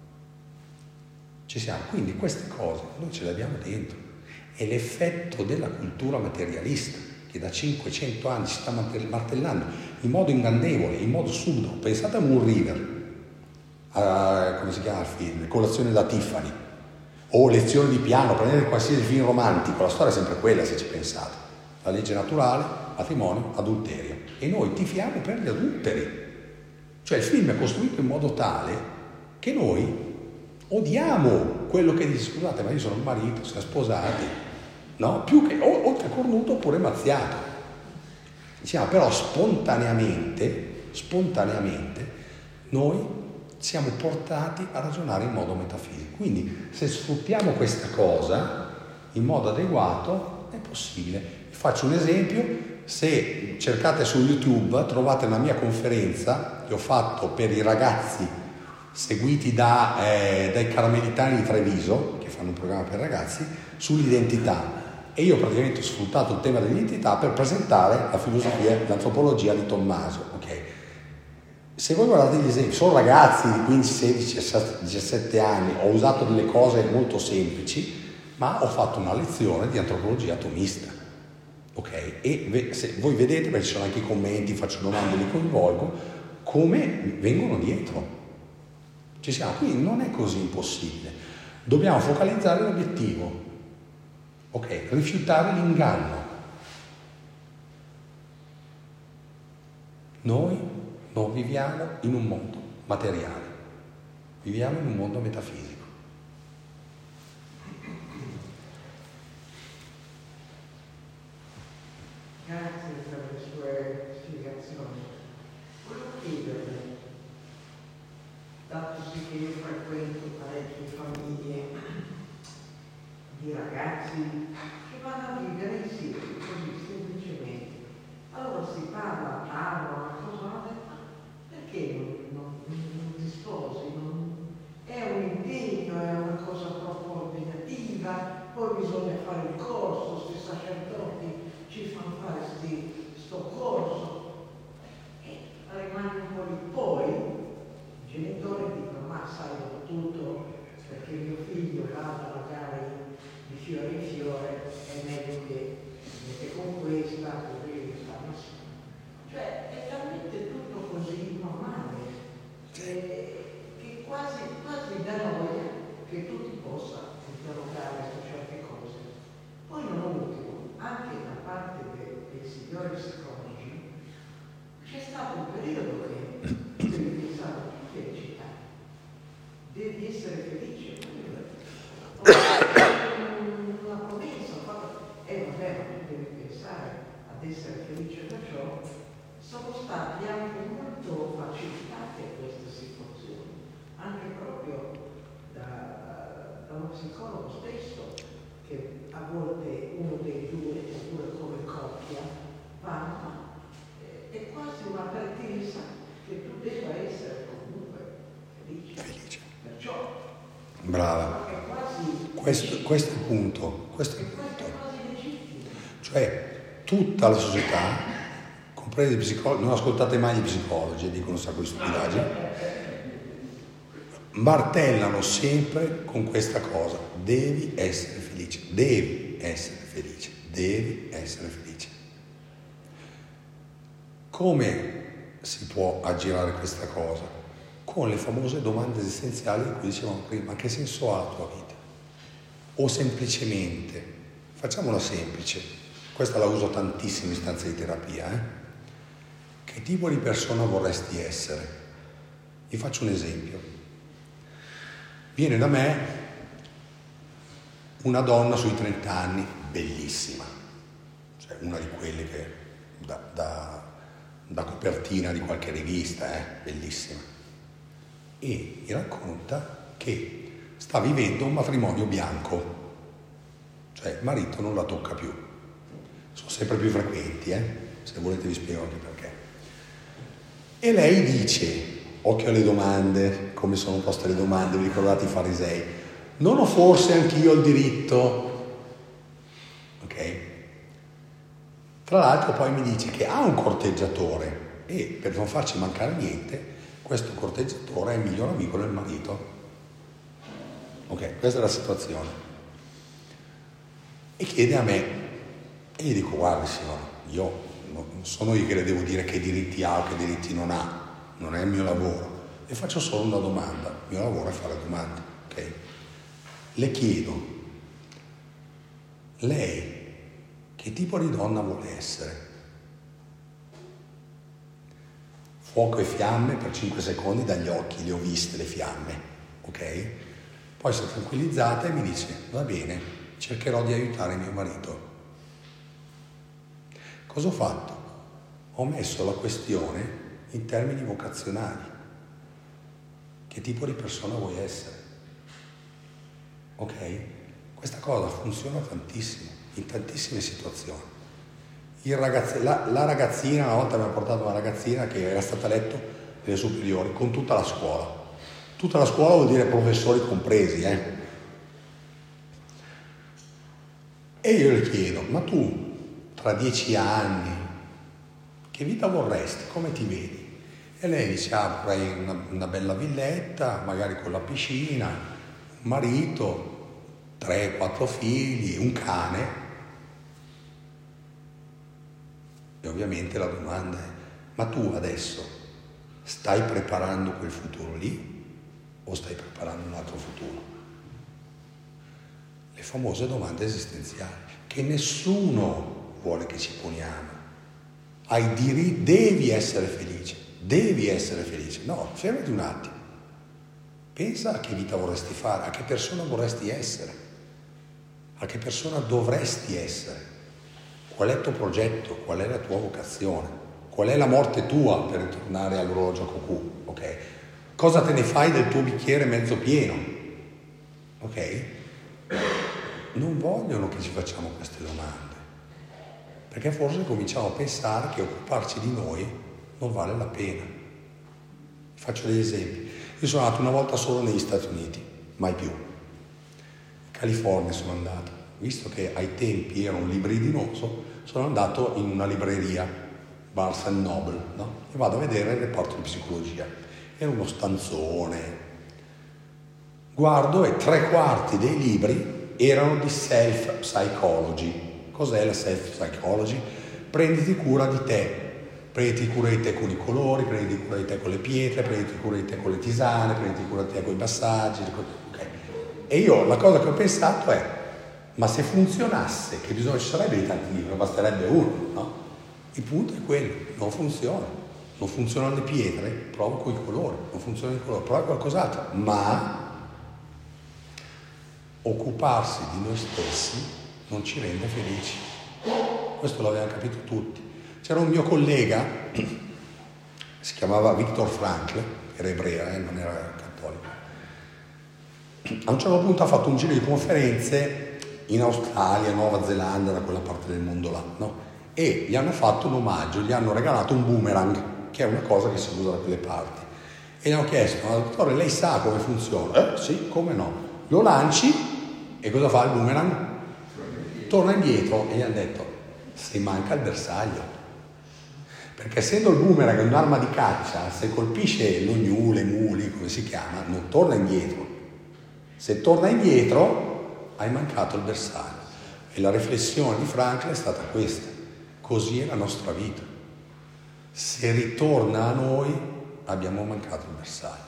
Ci siamo, quindi queste cose noi ce le abbiamo dentro. È l'effetto della cultura materialista che da cinquecento anni si sta martellando in modo ingannevole, in modo subdolo. Pensate a Moon River, a, come si chiama il film, Colazione da Tiffany, o Lezione di piano, prendete qualsiasi film romantico, la storia è sempre quella se ci pensate. La legge naturale, matrimonio, adulterio. E noi tifiamo per gli adulteri. Cioè il film è costruito in modo tale che noi odiamo quello che dice, scusate, ma io sono il marito, siamo sposati, no? Più che, o, oltre cornuto oppure mazziato. Diciamo, però spontaneamente, spontaneamente, noi siamo portati a ragionare in modo metafisico. Quindi, se sfruttiamo questa cosa in modo adeguato, è possibile. Vi faccio un esempio. Se cercate su YouTube, trovate una mia conferenza che ho fatto per i ragazzi seguiti da, eh, dai Carmelitani di Treviso, che fanno un programma per ragazzi, sull'identità. E io praticamente ho sfruttato il tema dell'identità per presentare la filosofia, l'antropologia di Tommaso. Okay. Se voi guardate gli esempi, sono ragazzi di quindici, sedici, diciassette anni, ho usato delle cose molto semplici, ma ho fatto una lezione di antropologia atomista. Ok? E se voi vedete, perché ci sono anche i commenti, faccio domande, li coinvolgo, come vengono dietro. Ci siamo, quindi non è così impossibile. Dobbiamo focalizzare l'obiettivo, ok? Rifiutare l'inganno. Noi non viviamo in un mondo materiale, viviamo in un mondo metafisico. Grazie per le sue spiegazioni. Volevo chiederle, dato sì che io frequento parecchie famiglie di ragazzi che vanno a vivere insieme così semplicemente, allora si parla a tavola, cosa, perché non, non, non ti sposi? Non, è un impegno, è una cosa troppo ordinativa, poi bisogna fare il corso, questi sacerdoti ci fanno fare sti, sto corso e rimane un po' lì. Poi i genitori dicono, ma sai, ho tutto perché mio figlio vada magari di fiore in fiore, è meglio che, che con questa, così stanno assieme. Cioè è talmente tutto così normale che, che quasi, quasi da noia che tu ti possa interrogare su certe cose. Poi non ultimo, anche da parte de, dei signori psicologi sono stati anche molto facilitati a queste situazioni, anche proprio da, da uno psicologo stesso, che a volte uno dei due, oppure come coppia, parla, eh, è quasi una pretesa che tu debba essere comunque felice. Felice. Perciò, brava. è quasi Questo, questo è il punto. Questo è il questo punto. è quasi legittimo. Cioè, tutta la società, compresi i psicologi, non ascoltate mai gli psicologi, dicono un sacco di stupidaggini, martellano sempre con questa cosa: devi essere felice, devi essere felice, devi essere felice. Come si può aggirare questa cosa? Con le famose domande esistenziali di cui dicevamo prima: che senso ha la tua vita? O semplicemente, facciamola semplice, questa la uso tantissimo in stanze di terapia, eh? Che tipo di persona vorresti essere? Vi faccio un esempio. Viene da me una donna sui trenta anni, bellissima, cioè una di quelle che da, da, da copertina di qualche rivista, eh? Bellissima, e mi racconta che sta vivendo un matrimonio bianco, cioè il marito non la tocca più, sono sempre più frequenti, eh? Se volete vi spiego anche perché. E lei dice, occhio alle domande, come sono poste le domande, vi ricordate i farisei? Non ho forse anch'io il diritto? Ok? Tra l'altro poi mi dice che ha un corteggiatore e per non farci mancare niente, questo corteggiatore è il miglior amico del marito. Ok, questa è la situazione. E chiede a me, e gli dico: guardi signora, io non sono io che le devo dire che diritti ha o che diritti non ha, non è il mio lavoro, le faccio solo una domanda, il mio lavoro è fare domande, ok? Le chiedo, lei che tipo di donna vuole essere? Fuoco e fiamme per cinque secondi dagli occhi, le ho viste le fiamme, ok? Poi si è tranquillizzata e mi dice: va bene, cercherò di aiutare mio marito. Cosa ho fatto? Ho messo la questione in termini vocazionali. Che tipo di persona vuoi essere? Ok? Questa cosa funziona tantissimo, in tantissime situazioni. Il ragazz- la, la ragazzina, una volta mi ha portato una ragazzina che era stata a letto nelle superiori con tutta la scuola. Tutta la scuola vuol dire professori compresi, eh? E io le chiedo: ma tu tra dieci anni che vita vorresti? Come ti vedi? E lei dice: ah, vorrei una, una bella villetta, magari con la piscina, un marito, tre, quattro figli, un cane. E ovviamente la domanda è: ma tu adesso stai preparando quel futuro lì o stai preparando un altro futuro? Le famose domande esistenziali che nessuno vuole che ci poniamo. Hai diritto, devi essere felice, devi essere felice. No, fermati un attimo. Pensa a che vita vorresti fare, a che persona vorresti essere, a che persona dovresti essere. Qual è il tuo progetto? Qual è la tua vocazione? Qual è la morte tua, per ritornare all'orologio a cucù? Ok? Cosa te ne fai del tuo bicchiere mezzo pieno? Ok? Non vogliono che ci facciamo queste domande, perché forse cominciamo a pensare che occuparci di noi non vale la pena. Vi faccio degli esempi. Io sono andato una volta solo negli Stati Uniti, mai più. In California sono andato. Visto che ai tempi ero un libridinoso, sono andato in una libreria, Barnes and Noble, no? E vado a vedere il reparto di psicologia. Era uno stanzone. Guardo e tre quarti dei libri erano di self-psychology. Cos'è la self-psychology? Prenditi cura di te. Prenditi cura di te con i colori, prenditi cura di te con le pietre, prenditi cura di te con le tisane, prenditi cura di te con i massaggi. Okay. E io la cosa che ho pensato è: ma se funzionasse, che bisogno ci sarebbe di tanti libri, basterebbe uno, no? Il punto è quello, non funziona. Non funzionano le pietre, prova con i colori, non funzionano i colori, prova qualcos'altro. Ma occuparsi di noi stessi non ci rende felici. Questo l'avevano capito tutti. C'era un mio collega, si chiamava Viktor Frankl, era ebrea, eh, non era cattolico. A un certo punto ha fatto un giro di conferenze in Australia, Nuova Zelanda, da quella parte del mondo là, no? E gli hanno fatto un omaggio, gli hanno regalato un boomerang, che è una cosa che si usa da quelle parti. E gli hanno chiesto: ma dottore, lei sa come funziona? Eh sì, come no? Lo lanci e cosa fa il boomerang? Torna indietro. E gli hanno detto: se manca il bersaglio. Perché essendo il boomerang un'arma di caccia, se colpisce l'ognu, le muli, come si chiama, non torna indietro. Se torna indietro, hai mancato il bersaglio. E la riflessione di Frankl è stata questa: così è la nostra vita. Se ritorna a noi, abbiamo mancato il bersaglio.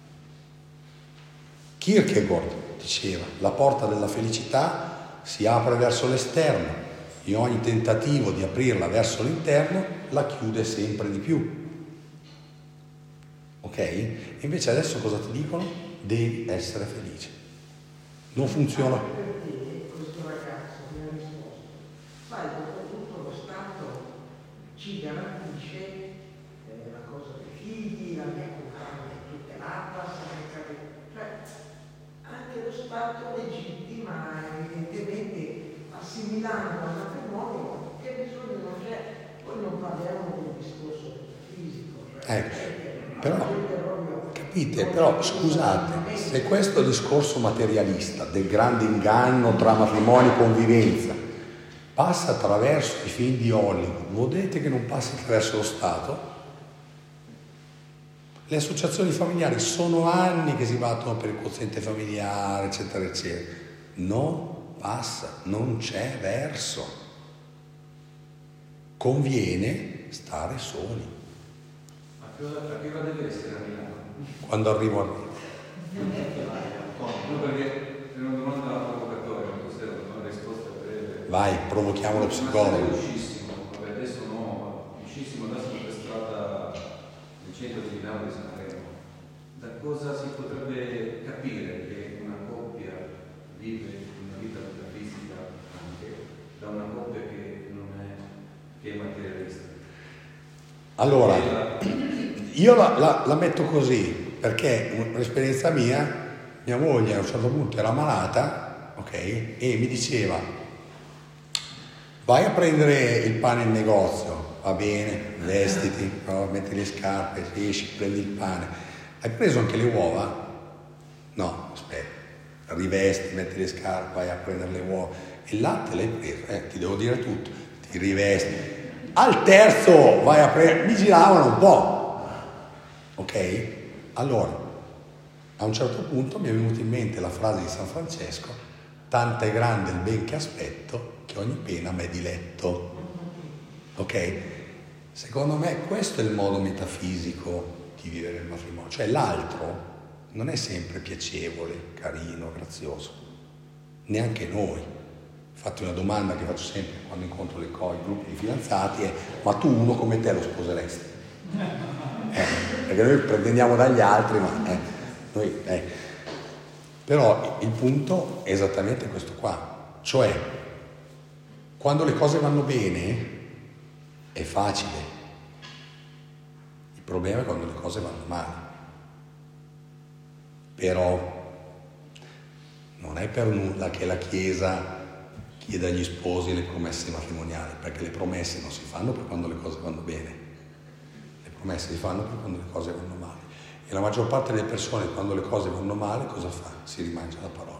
Kierkegaard diceva: la porta della felicità si apre verso l'esterno e ogni tentativo di aprirla verso l'interno la chiude sempre di più. Ok? E invece adesso cosa ti dicono? Devi essere felice. Non funziona. Per te questo ragazzo mi ha risposto: sai, dopo tutto lo Stato ci garantisce eh, la cosa dei figli, la mia compagna è tutelata, cioè anche lo Stato legittima evidentemente, assimilando al matrimonio che bisogno non c'è. Poi non parliamo del discorso fisico, cioè, Ecco, però, capite, però scusate, se questo discorso materialista del grande inganno tra matrimonio e convivenza passa attraverso i film di Hollywood, vuol dire che non passa attraverso lo Stato? Le associazioni familiari sono anni che si battono per il quoziente familiare, eccetera, eccetera. Non passa, non c'è verso. Conviene stare soli. Ma a che ora deve essere a Milano? Quando arrivo a Roma. No, perché è una domanda provocatoria, non so se è una risposta breve. Vai, provochiamo lo psicologo. Velocissimo, vabbè, adesso no, velocissimo, adesso per strada del centro di Milano di Sanremo. Da cosa si potrebbe capire che una coppia vive una vita metafisica anche da una coppia che non è, che è materialista? Allora, io la, la, la metto così perché un'esperienza mia, mia moglie a un certo punto era malata, ok, e mi diceva: vai a prendere il pane in negozio, va bene, vestiti, no, metti le scarpe, esci, prendi il pane. Hai preso anche le uova? No, aspetta, rivesti, metti le scarpe, vai a prendere le uova. Il latte l'hai preso? Eh, ti devo dire tutto, ti rivesti. Al terzo vai a prendere, mi giravano un po', ok? Allora, a un certo punto mi è venuta in mente la frase di San Francesco: tanto è grande il ben che aspetto che ogni pena m'è diletto. Ok? Secondo me questo è il modo metafisico di vivere il matrimonio, cioè l'altro non è sempre piacevole, carino, grazioso, neanche noi. Infatti una domanda che faccio sempre quando incontro le co- i gruppi di fidanzati è: ma tu uno come te lo sposeresti? Eh, perché noi pretendiamo dagli altri, ma eh, noi, eh. Però il punto è esattamente questo qua, cioè quando le cose vanno bene è facile, il problema è quando le cose vanno male. Però non è per nulla che la Chiesa chiede agli sposi le promesse matrimoniali, perché le promesse non si fanno per quando le cose vanno bene, le promesse si fanno per quando le cose vanno male. E la maggior parte delle persone, quando le cose vanno male, cosa fa? Si rimangia la parola.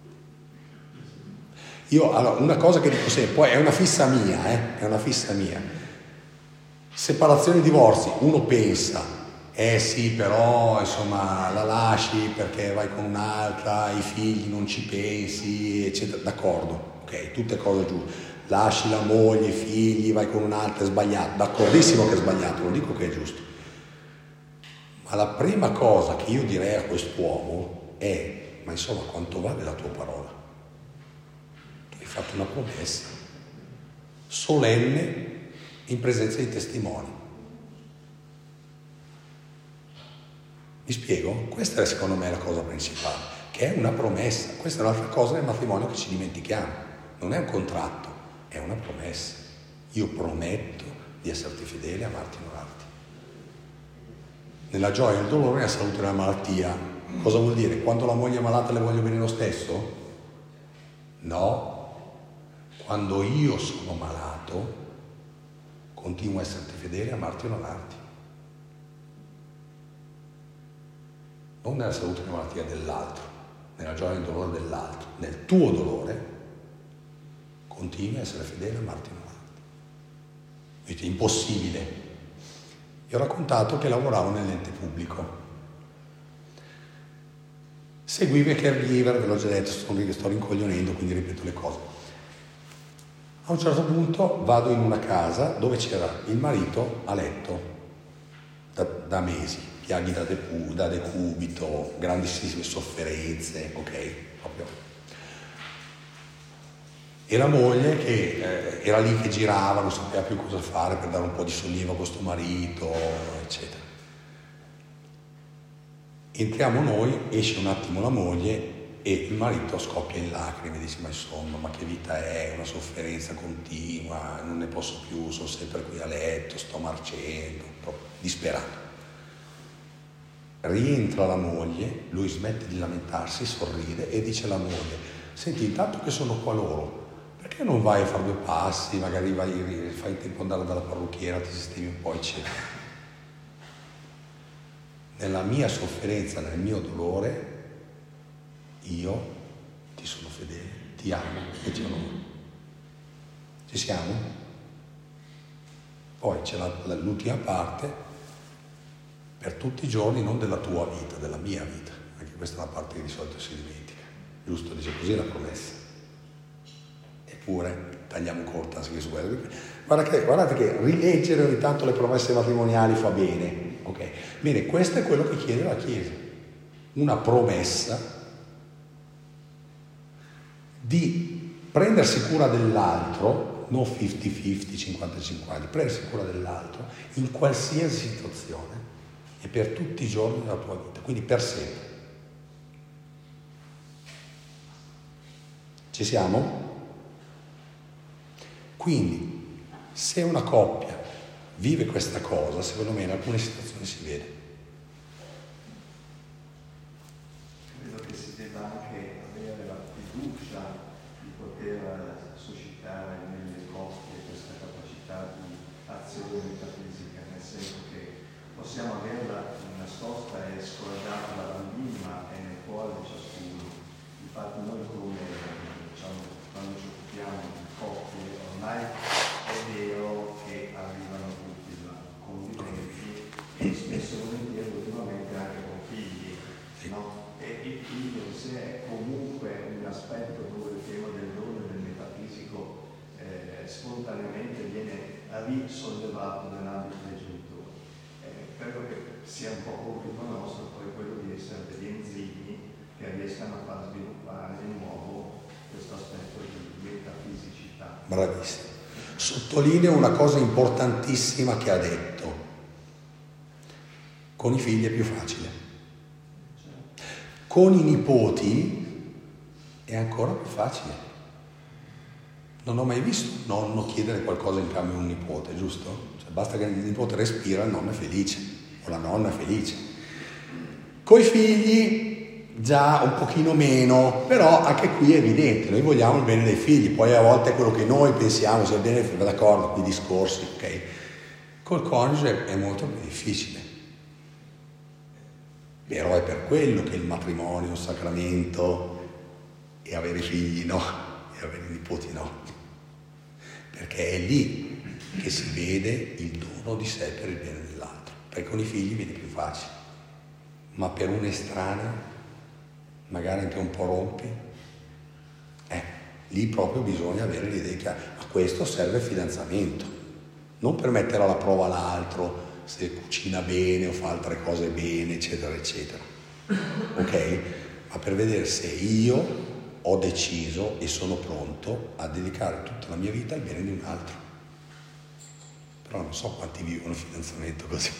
Io, allora, una cosa che dico sempre, poi è una fissa mia, eh, è una fissa mia. Separazioni e divorzi, uno pensa, eh sì, però insomma la lasci perché vai con un'altra, i figli non ci pensi, eccetera. D'accordo, ok, tutte cose giuste. Lasci la moglie, i figli, vai con un'altra, è sbagliato. D'accordissimo che è sbagliato, non dico che è giusto. Ma la prima cosa che io direi a quest'uomo è: ma insomma, quanto vale la tua parola? Tu hai fatto una promessa solenne in presenza di testimoni. Mi spiego? Questa è secondo me la cosa principale, che è una promessa. Questa è un'altra cosa nel matrimonio che ci dimentichiamo. Non è un contratto, è una promessa. Io prometto di esserti fedele, amarti e onorarti. Nella gioia e nel dolore, nella salute e nella malattia. Cosa vuol dire? Quando la moglie è malata le voglio bene lo stesso? No. Quando io sono malato, continuo a esserti fedele, amarti e onorarti. Non nella salute e nella malattia dell'altro, nella gioia e nel dolore dell'altro. Nel tuo dolore continui a essere fedele, amarti e onorarti. È impossibile. Vi ho raccontato che lavoravo nell'ente pubblico. Seguivo i caregiver, ve l'ho già detto, sto, sto rincoglionendo, quindi ripeto le cose. A un certo punto vado in una casa dove c'era il marito a letto da, da mesi, piaghi da, depu, da decubito, grandissime sofferenze, ok? Proprio. E la moglie che eh, era lì che girava, non sapeva più cosa fare per dare un po' di sollievo a questo marito, eccetera. Entriamo noi, esce un attimo la moglie e il marito scoppia in lacrime, dice: ma insomma, ma che vita è, una sofferenza continua, non ne posso più, sono sempre qui a letto, sto marcendo, proprio disperato. Rientra la moglie, lui smette di lamentarsi, sorride e dice alla moglie: senti, intanto che sono qua loro, perché non vai a fare due passi, magari vai, fai in tempo ad andare dalla parrucchiera, ti sistemi un po', eccetera. Nella mia sofferenza, nel mio dolore, io ti sono fedele, ti amo e ti onoro. Ci siamo? Poi c'è la, la, l'ultima parte, per tutti i giorni, non della tua vita, della mia vita. Anche questa è una parte che di solito si dimentica. Giusto? Dice così la promessa. Eppure tagliamo corta anche su quello. Guarda che, guardate che rileggere ogni tanto le promesse matrimoniali fa bene. Ok? Bene, questo è quello che chiede la Chiesa. Una promessa di prendersi cura dell'altro, non cinquanta cinquanta, cinquanta cinquanta, prendersi cura dell'altro in qualsiasi situazione e per tutti i giorni della tua vita, quindi per sempre. Ci siamo? Quindi, se una coppia vive questa cosa, secondo me in alcune situazioni si vede. Credo che si debba anche avere la fiducia di poter suscitare nelle coppie questa capacità di azione metafisica, nel senso che possiamo averla nascosta e scoraggiata dall'anima e nel cuore di ciascuno. Infatti noi come, diciamo, quando ci occupiamo di coppie ormai è vero che arrivano tutti da conviventi e spesso volentieri ultimamente anche con figli, no? E il figlio in sé è comunque un aspetto dove il tema del dono e del metafisico eh, spontaneamente viene risollevato nell'ambito dei genitori. Eh, credo che sia un po' compito nostro poi quello di essere degli enzimi che riescano a far sviluppare di nuovo questo aspetto di metafisicità. Bravissimo. Sottolineo una cosa importantissima che ha detto: con i figli è più facile, con i nipoti è ancora più facile. Non ho mai visto un nonno chiedere qualcosa in cambio a un nipote, giusto? Cioè, basta che il nipote respira, il nonno è felice o la nonna è felice. Coi figli già un pochino meno, però anche qui è evidente, noi vogliamo il bene dei figli, poi a volte quello che noi pensiamo sia il bene, va d'accordo, quei discorsi, ok? Col coniuge è molto più difficile, però è per quello che il matrimonio è un sacramento e avere figli no, e avere nipoti no, perché è lì che si vede il dono di sé per il bene dell'altro, perché con i figli viene più facile, ma per un estraneo magari anche un po' rompi, eh, lì proprio bisogna avere l'idea che a questo serve il fidanzamento, non per mettere alla prova l'altro se cucina bene o fa altre cose bene, eccetera, eccetera, ok? Ma per vedere se io ho deciso e sono pronto a dedicare tutta la mia vita al bene di un altro. Però non so quanti vivono il fidanzamento così.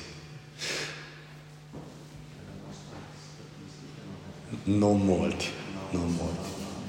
Non molti, non molti.